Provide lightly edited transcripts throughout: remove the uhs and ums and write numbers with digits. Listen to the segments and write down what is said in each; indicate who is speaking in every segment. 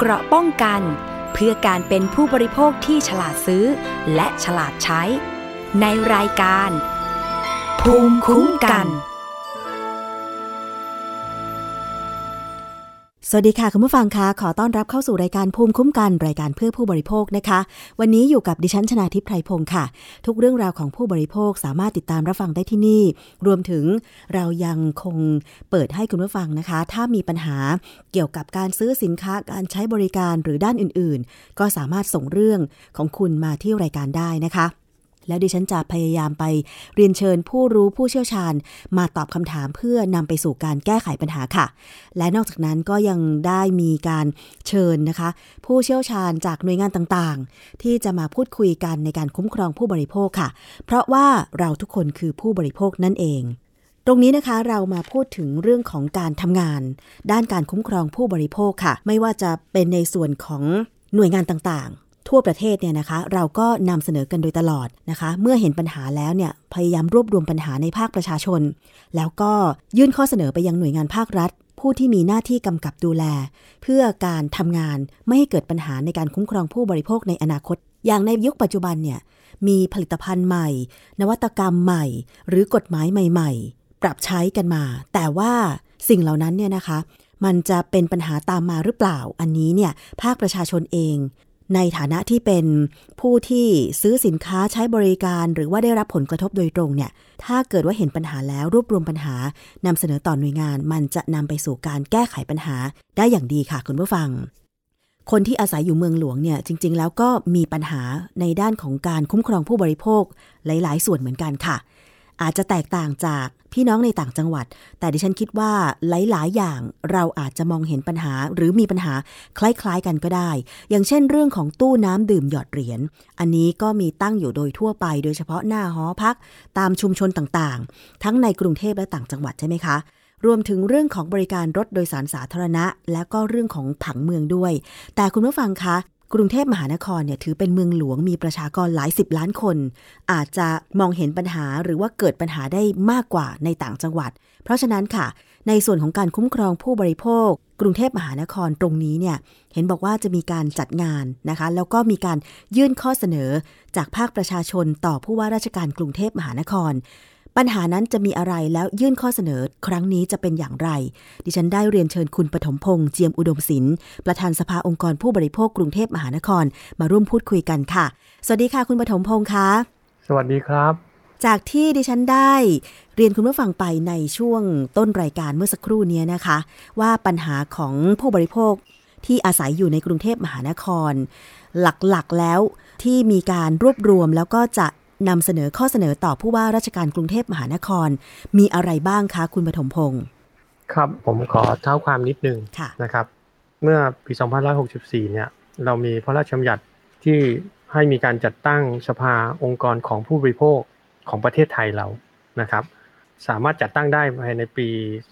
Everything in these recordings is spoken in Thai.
Speaker 1: เกราะป้องกันเพื่อการเป็นผู้บริโภคที่ฉลาดซื้อและฉลาดใช้ในรายการภูมิคุ้มกัน
Speaker 2: สวัสดีค่ะคุณผู้ฟังคะขอต้อนรับเข้าสู่รายการภูมิคุ้มกันรายการเพื่อผู้บริโภคนะคะวันนี้อยู่กับดิฉันชนาทิพย์ไพรพงศ์ค่ะทุกเรื่องราวของผู้บริโภคสามารถติดตามรับฟังได้ที่นี่รวมถึงเรายังคงเปิดให้คุณผู้ฟังนะคะถ้ามีปัญหาเกี่ยวกับการซื้อสินค้าการใช้บริการหรือด้านอื่นๆก็สามารถส่งเรื่องของคุณมาที่รายการได้นะคะแล้วดิฉันจะพยายามไปเรียนเชิญผู้รู้ผู้เชี่ยวชาญมาตอบคำถามเพื่อนำไปสู่การแก้ไขปัญหาค่ะและนอกจากนั้นก็ยังได้มีการเชิญนะคะผู้เชี่ยวชาญจากหน่วยงานต่างๆที่จะมาพูดคุยกันในการคุ้มครองผู้บริโภคค่ะเพราะว่าเราทุกคนคือผู้บริโภคนั่นเองตรงนี้นะคะเรามาพูดถึงเรื่องของการทำงานด้านการคุ้มครองผู้บริโภคค่ะไม่ว่าจะเป็นในส่วนของหน่วยงานต่างๆทั่วประเทศเนี่ยนะคะเราก็นำเสนอกันโดยตลอดนะคะเมื่อเห็นปัญหาแล้วเนี่ยพยายามรวบรวมปัญหาในภาคประชาชนแล้วก็ยื่นข้อเสนอไปยังหน่วยงานภาครัฐผู้ที่มีหน้าที่กำกับดูแลเพื่อการทำงานไม่ให้เกิดปัญหาในการคุ้มครองผู้บริโภคในอนาคตอย่างในยุคปัจจุบันเนี่ยมีผลิตภัณฑ์ใหม่นวัตกรรมใหม่หรือกฎหมายใหม่ๆปรับใช้กันมาแต่ว่าสิ่งเหล่านั้นเนี่ยนะคะมันจะเป็นปัญหาตามมาหรือเปล่าอันนี้เนี่ยภาคประชาชนเองในฐานะที่เป็นผู้ที่ซื้อสินค้าใช้บริการหรือว่าได้รับผลกระทบโดยตรงเนี่ยถ้าเกิดว่าเห็นปัญหาแล้วรวบรวมปัญหานำเสนอต่อหน่วยงานมันจะนำไปสู่การแก้ไขปัญหาได้อย่างดีค่ะคุณผู้ฟังคนที่อาศัยอยู่เมืองหลวงเนี่ยจริงๆแล้วก็มีปัญหาในด้านของการคุ้มครองผู้บริโภคหลายๆส่วนเหมือนกันค่ะอาจจะแตกต่างจากพี่น้องในต่างจังหวัดแต่ดิฉันคิดว่าหลายๆอย่างเราอาจจะมองเห็นปัญหาหรือมีปัญหาคล้ายๆกันก็ได้อย่างเช่นเรื่องของตู้น้ำดื่มหยอดเหรียญอันนี้ก็มีตั้งอยู่โดยทั่วไปโดยเฉพาะหน้าหอพักตามชุมชนต่างๆทั้งในกรุงเทพและต่างจังหวัดใช่ไหมคะรวมถึงเรื่องของบริการรถโดยสารสาธารณะและก็เรื่องของผังเมืองด้วยแต่คุณผู้ฟังคะกรุงเทพมหานครเนี่ยถือเป็นเมืองหลวงมีประชากรหลาย10ล้านคนอาจจะมองเห็นปัญหาหรือว่าเกิดปัญหาได้มากกว่าในต่างจังหวัดเพราะฉะนั้นค่ะในส่วนของการคุ้มครองผู้บริโภคกรุงเทพมหานครตรงนี้เนี่ยเห็นบอกว่าจะมีการจัดงานนะคะแล้วก็มีการยื่นข้อเสนอจากภาคประชาชนต่อผู้ว่าราชการกรุงเทพมหานครปัญหานั้นจะมีอะไรแล้วยื่นข้อเสนอครั้งนี้จะเป็นอย่างไรดิฉันได้เรียนเชิญคุณปฐมพงษ์เจียมอุดมศิลป์ประธานสภาองค์กรผู้บริโภคกรุงเทพมหานครมาร่วมพูดคุยกันค่ะสวัสดีค่ะคุณปฐมพงษ์คะ
Speaker 3: สวัสดีครับ
Speaker 2: จากที่ดิฉันได้เรียนคุณผู้ฟังไปในช่วงต้นรายการเมื่อสักครู่นี้นะคะว่าปัญหาของผู้บริโภคที่อาศัยอยู่ในกรุงเทพมหานครหลักๆแล้วที่มีการรวบรวมแล้วก็จะนำเสนอข้อเสนอต่อผู้ว่าราชการกรุงเทพมหานครมีอะไรบ้างคะคุณปฐมพงษ์
Speaker 3: ครับผมขอเท้าความนิดนึงนะครับเมื่อปี2564เนี่ยเรามีพระราชบัญญัติที่ให้มีการจัดตั้งสภาองค์กรของผู้บริโภคของประเทศไทยเรานะครับสามารถจัดตั้งได้ภายในปี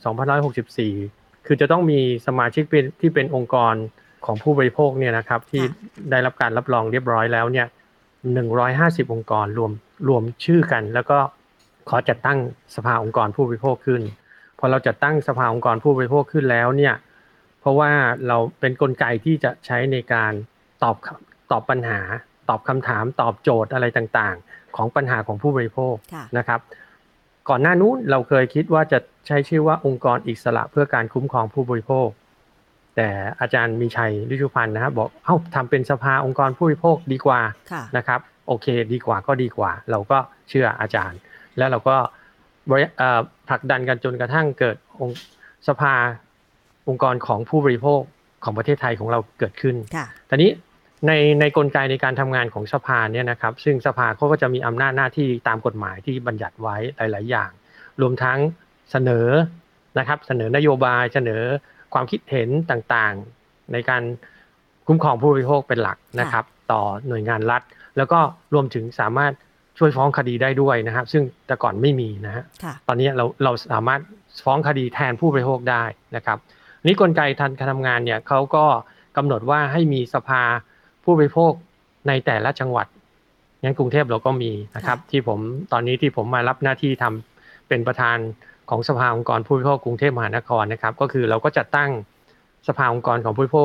Speaker 3: 2564คือจะต้องมีสมาชิกที่เป็นองค์กรของผู้บริโภคเนี่ยนะครับที่ได้รับการรับรองเรียบร้อยแล้วเนี่ย150องค์กรรวมชื่อกันแล้วก็ขอจัดตั้งสภาองค์กรผู้บริโภคขึ้นพอเราจัดตั้งสภาองค์กรผู้บริโภคขึ้นแล้วเนี่ยเพราะว่าเราเป็นกลไกที่จะใช้ในการตอบปัญหาตอบคำถามตอบโจทย์อะไรต่างๆของปัญหาของผู้บริโภคนะครับก่อนหน้านู้นเราเคยคิดว่าจะใช้ชื่อว่าองค์กรอิสระเพื่อการคุ้มครองผู้บริโภคแต่อาจารย์มีชัยฤชุพันธ์นะครับบอกทำเป็นสภาองค์กรผู้บริโภคดีกว่านะครับโอเคดีกว่าก็ดีกว่าเราก็เชื่ออาจารย์แล้วเราก็ผลักดันกันจนกระทั่งเกิดสภาองค์กรของผู้บริโภคของประเทศไทยของเราเกิดขึ้นตอนนี้ในกลไกในการทำงานของสภาเนี่ยนะครับซึ่งสภาเขาก็จะมีอำนาจหน้าที่ตามกฎหมายที่บัญญัติไว้หลายๆอย่างรวมทั้งเสนอนะครับเสนอนโยบายเสนอความคิดเห็นต่างๆในการคุ้มครองผู้บริโภคเป็นหลักนะครับต่อหน่วยงานรัฐแล้วก็รวมถึงสามารถช่วยฟ้องคดีได้ด้วยนะครับซึ่งแต่ก่อนไม่มีนะฮะตอนนี้เราสามารถฟ้องคดีแทนผู้บริโภคได้นะครับนี่กลไกการทำงานเนี่ยเขาก็กำหนดว่าให้มีสภาผู้บริโภคในแต่ละจังหวัดอย่างกรุงเทพเราก็มีนะครับที่ตอนนี้ที่ผมมารับหน้าที่ทำเป็นประธานของสภาองค์กรผู้บริโภคกรุงเทพมหานครนะครับก็คือเราก็จัดตั้งสภาองค์กรของผู้บริโภค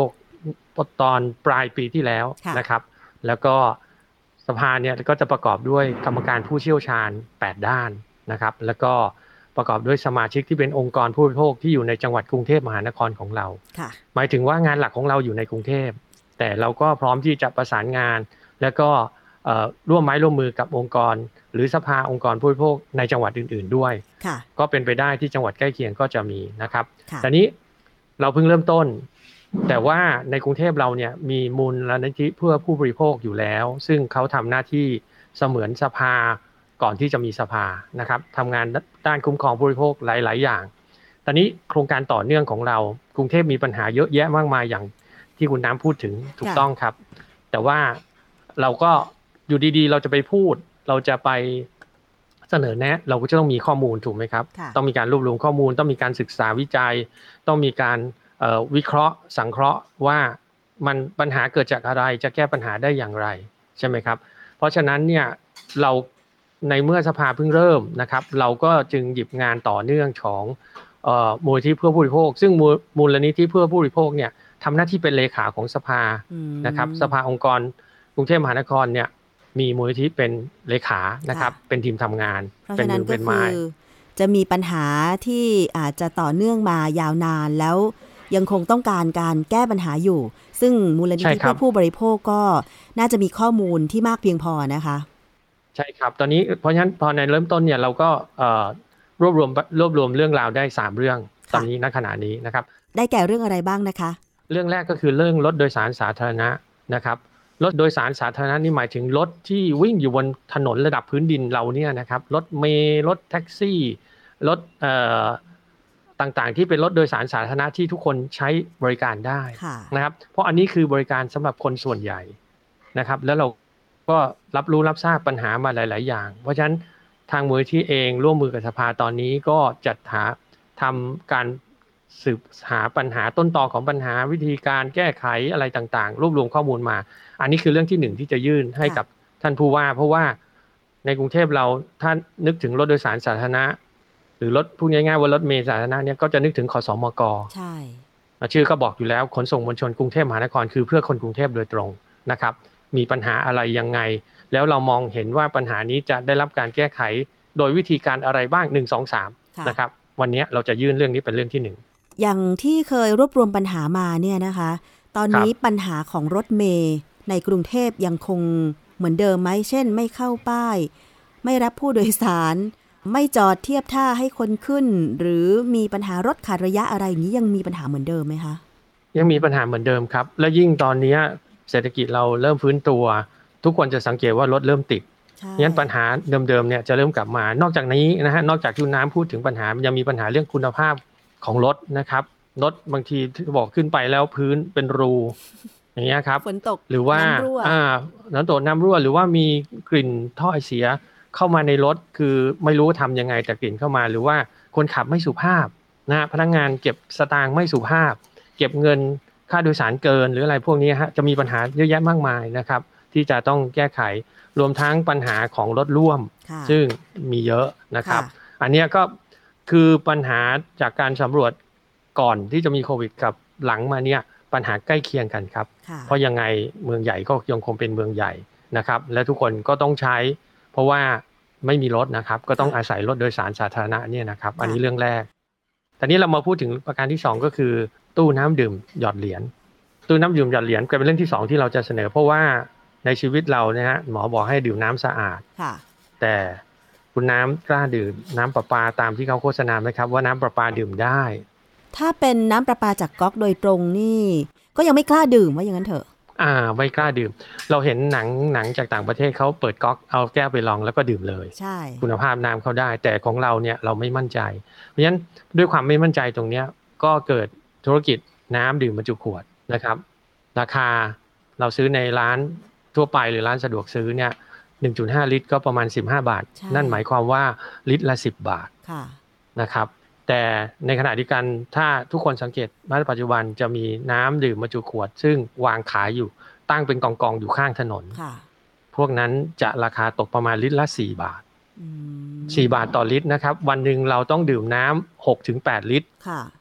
Speaker 3: ตอนปลายปีที่แล้วนะครับแล้วก็สภาเนี่ยก็จะประกอบด้วยกรรมการผู้เชี่ยวชาญ8ด้านนะครับแล้วก็ประกอบด้วยสมาชิกที่เป็นองค์กรผู้บริโภคที่อยู่ในจังหวัดกรุงเทพมหานครของเราหมายถึงว่างานหลักของเราอยู่ในกรุงเทพแต่เราก็พร้อมที่จะประสานงานแล้วก็ร่วมไม้ร่วมมือกับองค์กรหรือสภาองค์กรผู้บริโภคในจังหวัดอื่นๆด้วยก็เป็นไปได้ที่จังหวัดใกล้เคียงก็จะมีนะครับแต่นี้เราเพิ่งเริ่มต้นแต่ว่าในกรุงเทพเราเนี่ยมีมูลนิธิเพื่อผู้บริโภคอยู่แล้วซึ่งเขาทำหน้าที่เสมือนสภาก่อนที่จะมีสภานะครับทำงานด้านคุ้มครองผู้บริโภคหลายๆอย่างตอนนี้โครงการต่อเนื่องของเรากรุงเทพมีปัญหาเยอะแยะมากมายอย่างที่คุณน้ำพูดถึงถูกต้องครับแต่ว่าเราก็อยู่ดีๆเราจะไปพูดเราจะไปเสนอแนะเราก็จะต้องมีข้อมูลถูกไหมครับต้องมีการรวบรวมข้อมูลต้องมีการศึกษาวิจัยต้องมีการวิเคราะห์สังเคราะห์ว่ามันปัญหาเกิดจากอะไรจะแก้ปัญหาได้อย่างไรใช่ไหมครับเพราะฉะนั้นเนี่ยเราในเมื่อสภาเพิ่งเริ่มนะครับเราก็จึงหยิบงานต่อเนื่องของมูลนิธิเพื่อผู้บริโภคซึ่งมูลนิธิเพื่อผู้บริโภคเนี่ยทำหน้าที่เป็นเลขาของสภานะครับสภาองค์กรกรุงเทพมหานครเนี่ยมีมูลนิธิเป็นเลขานะครับเป็นทีมทำงานเป็นมือเป็นไม้
Speaker 2: จะมีปัญหาที่อาจจะต่อเนื่องมายาวนานแล้วยังคงต้องการการแก้ปัญหาอยู่ซึ่งมูลนิธิเพื่อผู้บริโภคก็น่าจะมีข้อมูลที่มากเพียงพอนะคะ
Speaker 3: ใช่ครับตอนนี้เพราะฉะนั้นพอในเริ่มต้นเนี่ยเราก็รวบรวมเรื่องราวได้3เรื่องตอนนี้ณขณะนี้นะครับ
Speaker 2: ได้แก่เรื่องอะไรบ้างนะคะ
Speaker 3: เรื่องแรกก็คือเรื่องรถโดยสารสาธารณะนะครับรถโดยสารสาธารณะนี่หมายถึงรถที่วิ่งอยู่บนถนนระดับพื้นดินเราเนี่ยนะครับรถเมล์รถแท็กซี่รถต่างๆที่เป็นรถโดยสารสาธารณะที่ทุกคนใช้บริการได้นะครับเพราะอันนี้คือบริการสำหรับคนส่วนใหญ่นะครับแล้วเราก็รับรู้รับทราบปัญหามาหลายๆอย่างเพราะฉะนั้นทางมูลนิธิเองร่วมมือกับสภาตอนนี้ก็จัดทำการสืบหาปัญหาต้นตอของปัญหาวิธีการแก้ไขอะไรต่างๆรวบรวมข้อมูลมาอันนี้คือเรื่องที่1ที่จะยื่นให้กับท่านผู้ว่าเพราะว่าในกรุงเทพเราถ้านึกถึงรถโดยสารสาธารณะหรือรถพูดง่ายๆว่ารถเมล์สาธารณะเนี่ยก็จะนึกถึงขสมก.
Speaker 2: ใช่
Speaker 3: ชื่อก็บอกอยู่แล้วขนส่งมวลชนกรุงเทพมหานครคือเพื่อคนกรุงเทพโดยตรงนะครับมีปัญหาอะไรยังไงแล้วเรามองเห็นว่าปัญหานี้จะได้รับการแก้ไขโดยวิธีการอะไรบ้าง1 2 3นะครับวันนี้เราจะยื่นเรื่องนี้เป็นเรื่องที่1
Speaker 2: อย่างที่เคยรวบรวมปัญหามาเนี่ยนะคะตอนนี้ปัญหาของรถเมล์ในกรุงเทพยังคงเหมือนเดิมไหมเช่นไม่เข้าป้ายไม่รับผู้โดยสารไม่จอดเทียบท่าให้คนขึ้นหรือมีปัญหารถขาดระยะอะไรอย่างนี้ยังมีปัญหาเหมือนเดิมไหมคะ
Speaker 3: ยังมีปัญหาเหมือนเดิมครับและยิ่งตอนนี้เศรษฐกิจเราเริ่มฟื้นตัวทุกคนจะสังเกตว่ารถเริ่มติดงั้นปัญหาเดิมๆเนี่ยจะเริ่มกลับมานอกจากนี้นะฮะนอกจากที่น้ำพูดถึงปัญหายังมีปัญหาเรื่องคุณภาพของรถนะครับรถบางทีบอกขึ้นไปแล้วพื้นเป็นรูอย่างเงี้ยครับ
Speaker 2: ฝนตก
Speaker 3: หรือว่าน้ำรั่วหรือว่ามีกลิ่นท่อไอเสียเข้ามาในรถคือไม่รู้ทำยังไงแต่กลิ่นเข้ามาหรือว่าคนขับไม่สุภาพนะพนักงานเก็บสตางค์ไม่สุภาพเก็บเงินค่าโดยสารเกินหรืออะไรพวกนี้ฮะจะมีปัญหาเยอะแยะมากมายนะครับที่จะต้องแก้ไขรวมทั้งปัญหาของรถร่วมซึ่งมีเยอะนะครับอันนี้ก็คือปัญหาจากการสำรวจก่อนที่จะมีโควิดกับหลังมาเนี่ยปัญหาใกล้เคียงกันครับเพราะยังไงเมืองใหญ่ก็ยังคงเป็นเมืองใหญ่นะครับและทุกคนก็ต้องใช้เพราะว่าไม่มีรถนะครับก็ต้องอาศัยรถโดยสารสาธารณะเนี่ยนะครับอันนี้เรื่องแรกตอนนี้เรามาพูดถึงประการที่2ก็คือตู้น้ำดื่มหยอดเหรียญตู้น้ำดื่มหยอดเหรียญเป็นเรื่องที่2ที่เราจะเสนอเพราะว่าในชีวิตเราเนี่ยฮะหมอบอกให้ดื่มน้ำสะอาดแต่คุณน้ำกล้าดื่มน้ำประปาตามที่เขาโฆษณาไหมครับว่าน้ำประปาดื่มได้
Speaker 2: ถ้าเป็นน้ำประปาจากก๊อกโดยตรงนี่ก็ยังไม่กล้าดื่มว่าอย่างนั้นเถอะ
Speaker 3: ไม่กล้าดื่มเราเห็นหนังจากต่างประเทศเขาเปิดก๊อกเอาแก้วไปลองแล้วก็ดื่มเลย
Speaker 2: ใช่
Speaker 3: คุณภาพน้ำเขาได้แต่ของเราเนี่ยเราไม่มั่นใจเพราะฉะนั้นด้วยความไม่มั่นใจตรงเนี้ยก็เกิดธุรกิจน้ำดื่มบรรจุขวดนะครับราคาเราซื้อในร้านทั่วไปหรือร้านสะดวกซื้อเนี่ย 1.5 ลิตรก็ประมาณ15 บาทนั่นหมายความว่าลิตรละ10 บาทนะครับแต่ในขณะเดียวกันถ้าทุกคนสังเกตณปัจจุบันจะมีน้ำดื่มบรรจุขวดซึ่งวางขายอยู่ตั้งเป็นกองๆอยู่ข้างถนนพวกนั้นจะราคาตกประมาณลิตรละ4 บาท4 บาทต่อลิตรนะครับวันหนึ่งเราต้องดื่มน้ำ 6-8 ลิตร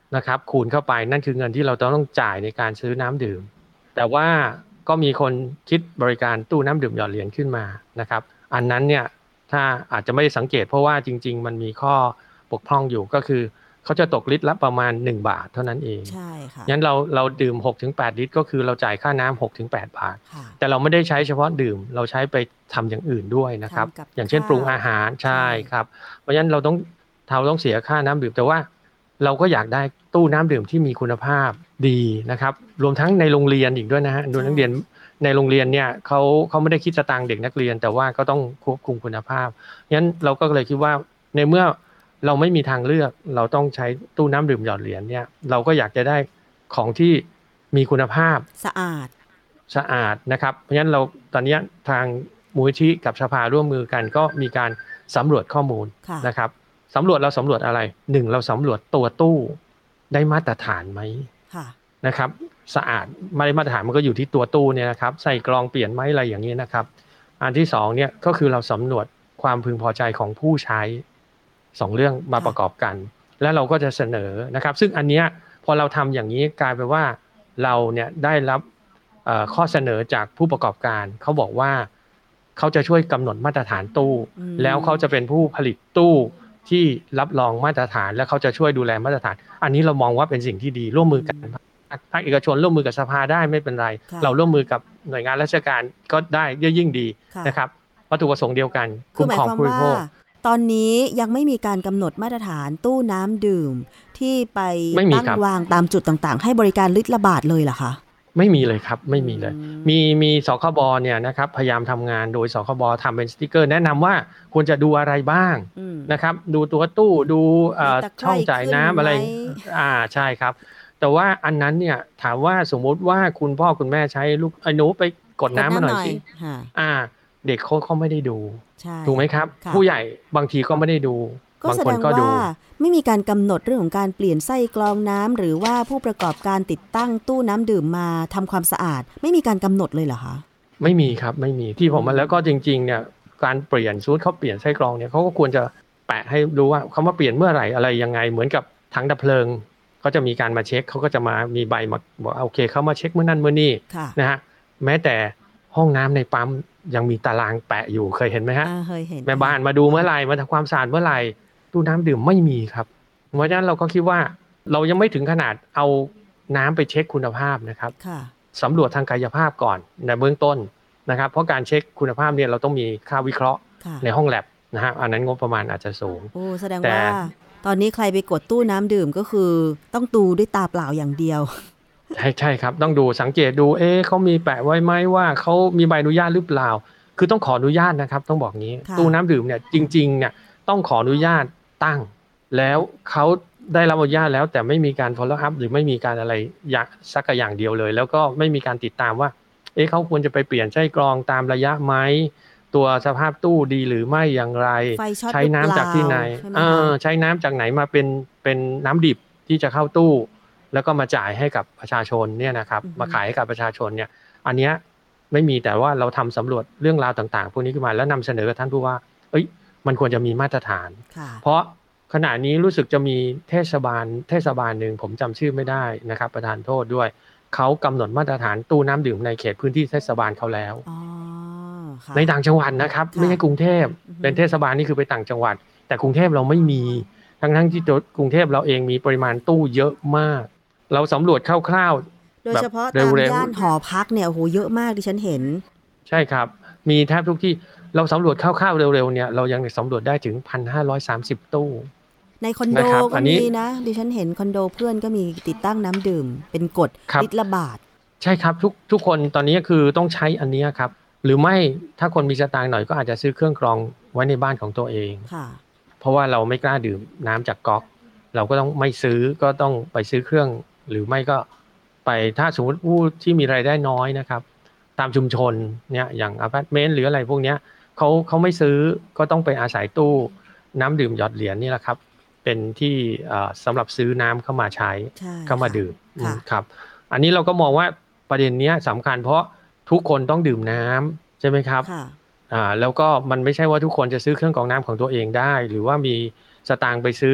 Speaker 3: นะครับคูณเข้าไปนั่นคือเงินที่เราต้องจ่ายในการซื้อน้ำดื่มแต่ว่าก็มีคนคิดบริการตู้น้ำดื่มหยอดเหรียญขึ้นมานะครับอันนั้นเนี่ยถ้าอาจจะไม่ได้สังเกตเพราะว่าจริงๆมันมีข้อบกพร่องอยู่ก็คือเขาจะตกลิตรละประมาณ1 บาทเท่านั้นเอง
Speaker 2: ใช่ค่ะ
Speaker 3: งั้นเราดื่ม 6-8 ลิตรก็คือเราจ่ายค่าน้ำ6-8 บาทแต่เราไม่ได้ใช้เฉพาะดื่มเราใช้ไปทำอย่างอื่นด้วยนะครับอย่างเช่นปรุงอาหารใช่ครับเพราะฉะนั้นเราต้องเสียค่าน้ำดื่มแต่ว่าเราก็อยากได้ตู้น้ำดื่มที่มีคุณภาพดีนะครับรวมทั้งในโรงเรียนอีกด้วยนะฮะโดยนักเรียนในโรงเรียนเนี่ยเขาไม่ได้คิดสตางค์เด็กนักเรียนแต่ว่าก็ต้องควบคุมคุณภาพงั้นเราก็เลยคิดว่าในเมื่อเราไม่มีทางเลือกเราต้องใช้ตู้น้ำดื่มหยอดเหรียญเนี่ยเราก็อยากจะได้ของที่มีคุณภาพ
Speaker 2: สะอาด
Speaker 3: นะครับเพราะฉะนั้นเราตอนนี้ทางมูลนิธิกับสภาร่วมมือกันก็มีการสำรวจข้อมูลนะครับสำรวจอะไร1เราสำรวจตัวตู้ได้มาตรฐานไหมนะครับสะอาดไม่ได้มาตรฐานมันก็อยู่ที่ตัวตู้เนี่ยนะครับใส่กรองเปลี่ยนไหมอะไรอย่างนี้นะครับอันที่2เนี่ยก็คือเราสำรวจความพึงพอใจของผู้ใช้2เรื่องมาประกอบกันแล้วเราก็จะเสนอนะครับซึ่งอันเนี้ยพอเราทำอย่างนี้กลายเป็นว่าเราเนี่ยได้รับข้อเสนอจากผู้ประกอบการเขาบอกว่าเขาจะช่วยกำหนดมาตรฐานตู้แล้วเขาจะเป็นผู้ผลิตตู้ที่รับรองมาตรฐานและเขาจะช่วยดูแลมาตรฐานอันนี้เรามองว่าเป็นสิ่งที่ดีร่วมมือกันภาคเอกชนร่วมมือกับสภาได้ไม่เป็นไรเราร่วมมือกับหน่วยงานราชการก็ได้ยิ่งดีนะครับวัตถุประสงค์เดียวกันคุ้มครองผู้บริโภค
Speaker 2: ตอนนี้ยังไม่มีการกำหนดมาตรฐานตู้น้ำดื่มที่ไปตั้งวางตามจุดต่างๆให้บริการลิตรละบาทเลยเหรอคะ
Speaker 3: ไม่มีเลยครับไม่มีเลยมีสคบเนี่ยนะครับพยายามทำงานโดยสคบทำเป็นสติ๊กเกอร์แนะนำว่าควรจะดูอะไรบ้างนะครับดูตัวตู้ดูช่องจ่ายน้ำอะไรใช่ครับแต่ว่าอันนั้นเนี่ยถามว่าสมมติว่าคุณพ่อคุณแม่ใช้ลูกไอ้หนูไปกดน้ำมาหน่อยสิเด็กเขาไม่ได้ดูถูกไหมครับผู้ใหญ่บางทีก็ไม่ได้ดู
Speaker 2: บางคนก็ดูไม่มีการกำหนดเรื่องของการเปลี่ยนไส้กรองน้ำหรือว่าผู้ประกอบการติดตั้งตู้น้ำดื่มมาทำความสะอาดไม่มีการกำหนดเลยเหรอคะ
Speaker 3: ไม่มีครับไม่มีที่ผมมาแล้วก็จริงๆเนี่ยการเปลี่ยนซูตเขาเปลี่ยนไส้กรองเนี่ยเขาก็ควรจะแปะให้รู้ว่าคำว่าเปลี่ยนเมื่อไหร่อะไรยังไงเหมือนกับถังดับเพลิงเขาจะมีการมาเช็คเขาก็จะมามีใบมาบอกโอเคเขามาเช็คเมื่อนั้นเมื่อนี้นะฮะแม้แต่ห้องน้ำในปั๊มยังมีตารางแปะอยู่เคยเห็นไหมฮะ
Speaker 2: เคยเห็น
Speaker 3: แม่บ้านมาดูเมื่อไหร่มาทำความสะอาดเมื่อไหร่ตู้น้ำดื่มไม่มีครับเพราะฉะนั้นเราก็คิดว่าเรายังไม่ถึงขนาดเอาน้ำไปเช็คคุณภาพนะครับสำรวจทางกายภาพก่อนในเบื้องต้นนะครับเพราะการเช็คคุณภาพเนี่ยเราต้องมีค่าวิเคราะห์ในห้องแลบนะฮะอันนั้นงบประมาณอาจจะสูง
Speaker 2: แสดงว่าตอนนี้ใครไปกดตู้น้ำดื่มก็คือต้องดูด้วยตาเปล่าอย่างเดียว
Speaker 3: ใช่ครับต้องดูสังเกตดูเขามีแปะไว้ไหมว่าเขามีใบอนุญาตหรือเปล่าคือต้องขออนุญาตนะครับต้องบอกงี้ตู้น้ำดื่มเนี่ยจริงๆเนี่ยต้องขออนุญาตตั้งแล้วเขาได้รับอนุญาตแล้วแต่ไม่มีการ follow up หรือไม่มีการอะไรสักอย่างเดียวเลยแล้วก็ไม่มีการติดตามว่าเขาควรจะไปเปลี่ยนไส้กรองตามระยะไหมตัวสภาพตู้ดีหรือไม่อย่างไรใช้น้ำจากที่ไหนใช้น้ำจากไหนมาเป็นน้ำดิบที่จะเข้าตู้แล้วก็มาจ่ายให้กับประชาชนเนี่ยนะครับมาขายให้กับประชาชนเนี่ยอันเนี้ยไม่มีแต่ว่าเราทำสำรวจเรื่องราวต่างๆพวกนี้ขึ้นมาแล้วนำเสนอกับท่านผู้ว่ามันควรจะมีมาตรฐานเพราะขณะนี้รู้สึกจะมีเทศบาลหนึ่งผมจำชื่อไม่ได้นะครับประธานโทษด้วยเขากำหนดมาตรฐานตู้น้ำดื่มในเขตพื้นที่เทศบาลเขาแล้วในต่างจังหวัดนะครับไม่ใช่กรุงเทพเป็นเทศบาลนี่คือไปต่างจังหวัดแต่กรุงเทพเราไม่มีทั้งที่กรุงเทพเราเองมีปริมาณตู้เยอะมากเราสำรวจคร่าว
Speaker 2: ๆโดยเฉพาะตามย่านหอพักเนี่ยโอ้โหเยอะมากดิฉันเห็น
Speaker 3: ใช่ครับมีแทบทุกที่เราสำรวจคร่าวๆเร็วๆเนี่ยเรายังสำรวจได้ถึง 1,530 ตู้
Speaker 2: ในคอนโดก็มีนะดิฉันเห็นคอนโดเพื่อนก็มีติดตั้งน้ำดื่มเป็นกฎลิตรละบาท
Speaker 3: ใช่ครับทุกคนตอนนี้คือต้องใช้อันนี้ครับหรือไม่ถ้าคนมีสตางค์หน่อยก็อาจจะซื้อเครื่องกรองไว้ในบ้านของตัวเองเพราะว่าเราไม่กล้าดื่มน้ำจากก๊อกเราก็ต้องไม่ซื้อก็ต้องไปซื้อเครื่องหรือไม่ก็ไปถ้าสมมติผู้ที่มีรายได้น้อยนะครับตามชุมชนเนี่ยอย่างอพาร์ตเมนต์หรืออะไรพวกนี้เขาไม่ซื้อก็ต้องไปอาศัยตู้น้ำดื่มหยอดเหรียญนี่แหละครับเป็นที่สำหรับซื้อน้ำเข้ามาใช้เข้ามาดื่มครับอันนี้เราก็มองว่าประเด็นนี้สำคัญเพราะทุกคนต้องดื่มน้ำใช่ไหมครับแล้วก็มันไม่ใช่ว่าทุกคนจะซื้อเครื่องกรองน้ำของตัวเองได้หรือว่ามีสตางค์ไปซื้อ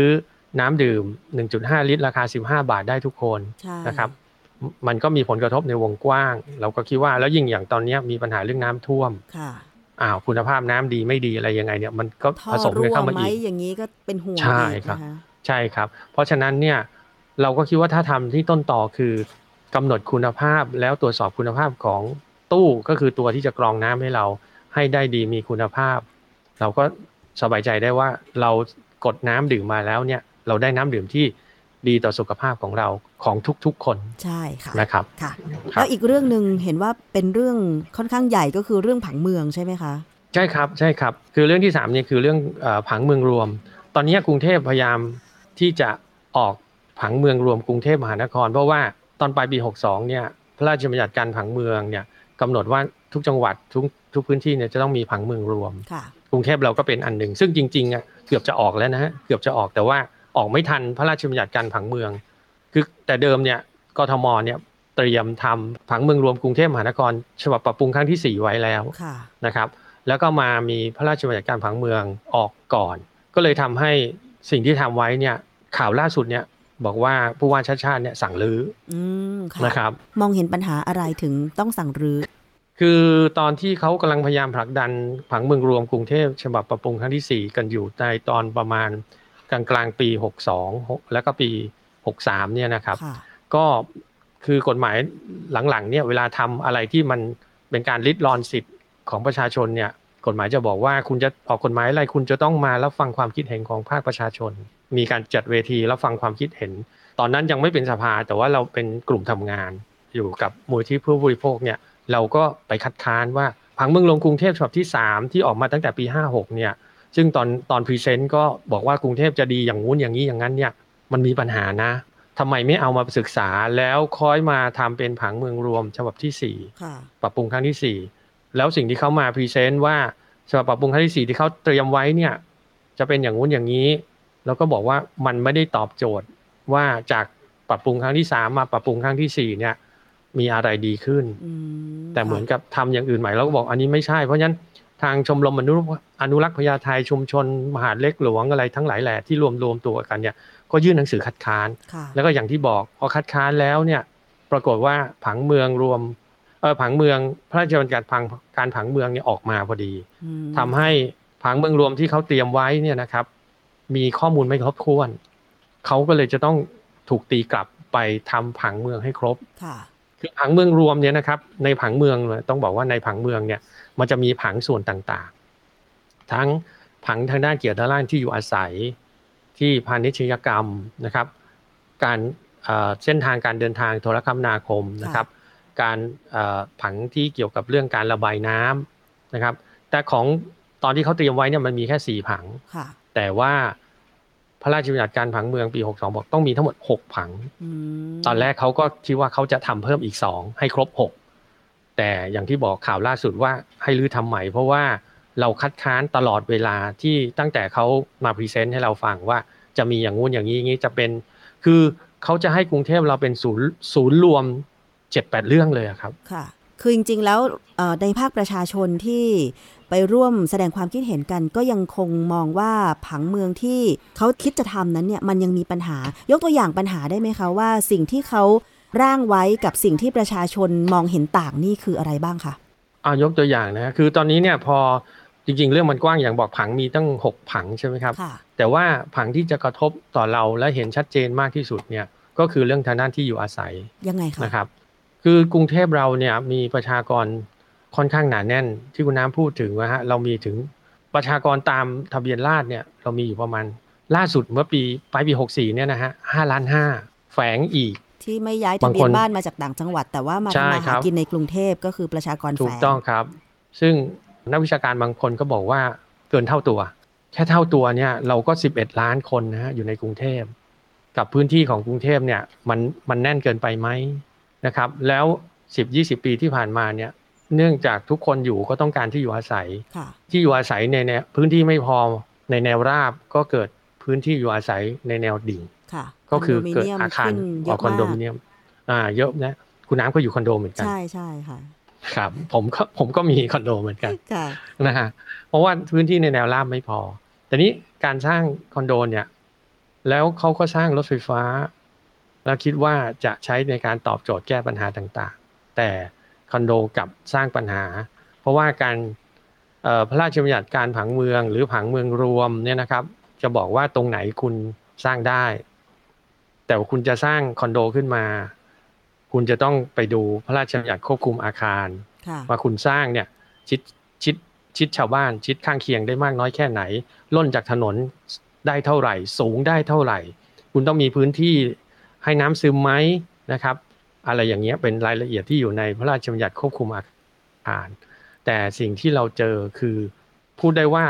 Speaker 3: น้ำดื่ม 1.5 ลิตรราคา15 บาทได้ทุกคนนะครับมันก็มีผลกระทบในวงกว้างเราก็คิดว่าแล้วยิ่งอย่างตอนนี้มีปัญหาเรื่องน้ำท่วมคุณภาพน้ำดีไม่ดีอะไรยังไงเนี่ยมันก็ผสมกันเข้ามาอีก
Speaker 2: อย่างนี้ก็เป็นห่วง
Speaker 3: ใช่ครับใช่ครับเพราะฉะนั้นเนี่ยเราก็คิดว่าถ้าทำที่ต้นต่อคือกำหนดคุณภาพแล้วตรวจสอบคุณภาพของตู้ก็คือตัวที่จะกรองน้ำให้เราให้ได้ดีมีคุณภาพเราก็สบายใจได้ว่าเรากดน้ำดื่มมาแล้วเนี่ยเราได้น้ำดื่มที่ดีต่อสุขภาพของเราของทุกๆคน
Speaker 2: ใช่ค่ะ
Speaker 3: นะครับ
Speaker 2: ค่ะแล้วอีกเรื่องนึงเห็นว่าเป็นเรื่องค่อนข้างใหญ่ก็คือเรื่องผังเมืองใช่ไหมคะ
Speaker 3: ใช่ครับใช่ครับคือเรื่องที่3เนี่ยคือเรื่องผังเมืองรวมตอนนี้กรุงเทพพยายามที่จะออกผังเมืองรวมกรุงเทพมหานครเพราะว่าตอนปลายปี62เนี่ยพระราชบัญญัติการผังเมืองเนี่ยกำหนดว่าทุกจังหวัดทุกพื้นที่เนี่ยจะต้องมีผังเมืองรวมกรุงเทพเราก็เป็นอันหนึ่งซึ่งจริงๆอ่ะเกือบจะออกแล้วนะฮะเกือบจะออกแต่ว่าออกไม่ทันพระราชบัญญัติการผังเมืองคือแต่เดิมเนี่ยกทมเนี่ยเตรียมทำผังเมืองรวมกรุงเทพมหานครฉบับปรับปรุงครั้งที่4ไว้แล้วนะครับแล้วก็มามีพระราชบัญญัติการผังเมืองออกก่อนก็เลยทำให้สิ่งที่ทำไว้เนี่ยข่าวล่าสุดเนี่ยบอกว่าผู้ว่าชาติชาติเนี่ยสั่งรื้อนะครับ
Speaker 2: มองเห็นปัญหาอะไรถึงต้องสั่งรื้อ
Speaker 3: คือตอนที่เขากำลังพยายามผลักดันผังเมืองรวมกรุงเทพฉบับปรับปรุงครั้งที่4กันอยู่ในตอนประมาณกลางปี62แล้วก็ปี63เนี่ยนะครับก็คือกฎหมายหลังๆเนี่ยเวลาทำอะไรที่มันเป็นการริดรอนสิทธิ์ของประชาชนเนี่ยกฎหมายจะบอกว่าคุณจะออกกฎหมายอะไรคุณจะต้องมารับฟังความคิดเห็นของภาคประชาชนมีการจัดเวทีรับฟังความคิดเห็นตอนนั้นยังไม่เป็นสภาแต่ว่าเราเป็นกลุ่มทำงานอยู่กับมูลที่ผู้บริโภคเนี่ยเราก็ไปคัดค้านว่าผังเมืองรวมกรุงเทพฉบับที่3ที่ออกมาตั้งแต่ปี56เนี่ยซึ่งตอนพรีเซนต์ก็บอกว่ากรุงเทพจะดีอย่างงู้นอย่างนี้อย่างนั้นเนี่ยมันมีปัญหานะทำไมไม่เอามาศึกษาแล้วค่อยมาทำเป็นผังเมืองรวมฉบับที่4ปรับปรุงครั้งที่4แล้วสิ่งที่เขามาพรีเซนต์ว่าฉบับปรับปรุงครั้งที่4ที่เขาเตรียมไว้เนี่ยจะเป็นอย่างงู้นอย่างนี้แล้วก็บอกว่ามันไม่ได้ตอบโจทย์ว่าจากปรับปรุงครั้งที่3มาปรับปรุงครั้งที่4เนี่ยมีอะไรดีขึ้นแต่เหมือนกับทำอย่างอื่นใหม่แล้วก็บอกอันนี้ไม่ใช่เพราะฉะนั้นทางชมรมอนุรักษ์พญาไทชุมชนมหาดเล็กหลวงอะไรทั้งหลายแหล่ที่รวมตัวกันเนี่ยก็ยื่นหนังสือคัดค้านแล้วก็อย่างที่บอกพอคัดค้านแล้วเนี่ยปรากฏว่าผังเมืองรวมผังเมืองพระราชบัญญัติการผังเมืองเนี่ยออกมาพอดีทำให้ผังเมืองรวมที่เขาเตรียมไว้เนี่ยนะครับมีข้อมูลไม่ครบถ้วนเขาก็เลยจะต้องถูกตีกลับไปทำผังเมืองให้ครบคือผังเมืองรวมเนี่ยนะครับในผังเมืองต้องบอกว่าในผังเมืองเนี่ยมันจะมีผังส่วนต่างๆทั้งผังทางด้านเกียรติด้านที่อยู่อาศัยที่พาณิชยกรรมนะครับการเส้นทางการเดินทางโทรคมนาคมนะครับการผังที่เกี่ยวกับเรื่องการระบายน้ำนะครับแต่ของตอนที่เขาเตรียมไว้เนี่ยมันมีแค่4ผังแต่ว่าพระราชบัญญัติการผังเมืองปี62บอกต้องมีทั้งหมด6ผังตอนแรกเขาก็คิดว่าเขาจะทำเพิ่มอีก2ให้ครบ6แต่อย่างที่บอกข่าวล่าสุดว่าให้รื้อทำใหม่เพราะว่าเราคัดค้านตลอดเวลาที่ตั้งแต่เขามาพรีเซนต์ให้เราฟังว่าจะมีอย่างงู้นอย่างนี้จะเป็นคือเขาจะให้กรุงเทพเราเป็นศูนย์รวม 7-8 เรื่องเลยครับ
Speaker 2: ค่ะคือจริงๆแล้วในภาคประชาชนที่ไปร่วมแสดงความคิดเห็นกันก็ยังคงมองว่าผังเมืองที่เขาคิดจะทำนั้นเนี่ยมันยังมีปัญหายกตัวอย่างปัญหาได้ไหมคะว่าสิ่งที่เขาร่างไว้กับสิ่งที่ประชาชนมองเห็นต่างนี่คืออะไรบ้างคะ
Speaker 3: ยกตัวอย่างนะคือตอนนี้เนี่ยพอจริงๆเรื่องมันกว้างอย่างบอกผังมีตั้ง6ผังใช่ไหมครับแต่ว่าผังที่จะกระทบต่อเราและเห็นชัดเจนมากที่สุดเนี่ยก็คือเรื่องทางด้านที่อยู่อาศัย
Speaker 2: ยังไงคะ
Speaker 3: นะครับคือกรุงเทพเราเนี่ยมีประชากรค่อนข้างหนาแน่นที่คุณน้ำพูดถึงว่าฮะเรามีถึงประชากรตามทะเบียนราษฎร์เนี่ยเรามีอยู่ประมาณล่าสุดเมื่อปลายปี64เนี่ยนะฮะ5.5 ล้านแฝงอีก
Speaker 2: ที่ไม่ย้ายทะเบียนบ้านมาจากต่างจังหวัดแต่ว่ามาหากินในกรุงเทพก็คือประชากรแฝง
Speaker 3: ถูกต้องครับซึ่งนักวิชาการบางคนก็บอกว่าเกินเท่าตัวแค่เท่าตัวเนี่ยเราก็11 ล้านคนนะฮะอยู่ในกรุงเทพกับพื้นที่ของกรุงเทพเนี่ยมันแน่นเกินไปไหมนะครับแล้ว 10-20 ปีที่ผ่านมาเนี่ยเนื่องจากทุกคนอยู่ก็ต้องการที่อยู่อาศัยที่อยู่อาศัยในพื้นที่ไม่พอในแนวราบก็เกิดพื้นที่อยู่อาศัยในแนวดิ่งก็คือเกิดอาคารคอนโดมิเนียมเยอะนะคุณน้ำก็อยู่คอนโดเหมือนกัน
Speaker 2: ใช่ๆค่ะ
Speaker 3: ครับผมก็มีคอนโดเหมือนกันนะฮะเพราะว่าพื้นที่ในแนวราบไม่พอแต่นี้การสร้างคอนโดเนี่ยแล้วเขาก็สร้างรถไฟฟ้าแล้วคิดว่าจะใช้ในการตอบโจทย์แก้ปัญหาต่างๆแต่คอนโดกลับสร้างปัญหาเพราะว่าการพระราชบัญญัติการผังเมืองหรือผังเมืองรวมเนี่ยนะครับจะบอกว่าตรงไหนคุณสร้างได้แต่ว่าคุณจะสร้างคอนโดขึ้นมาคุณจะต้องไปดูพระราชบัญญัติควบคุมอาคารว่าคุณสร้างเนี่ยชิดชาวบ้านชิดข้างเคียงได้มากน้อยแค่ไหนล่นจากถนนได้เท่าไหร่สูงได้เท่าไหร่คุณต้องมีพื้นที่ให้น้ำซึมไหมนะครับอะไรอย่างเงี้ยเป็นรายละเอียดที่อยู่ในพระราชบัญญัติควบคุมอาคารแต่สิ่งที่เราเจอคือพูดได้ว่า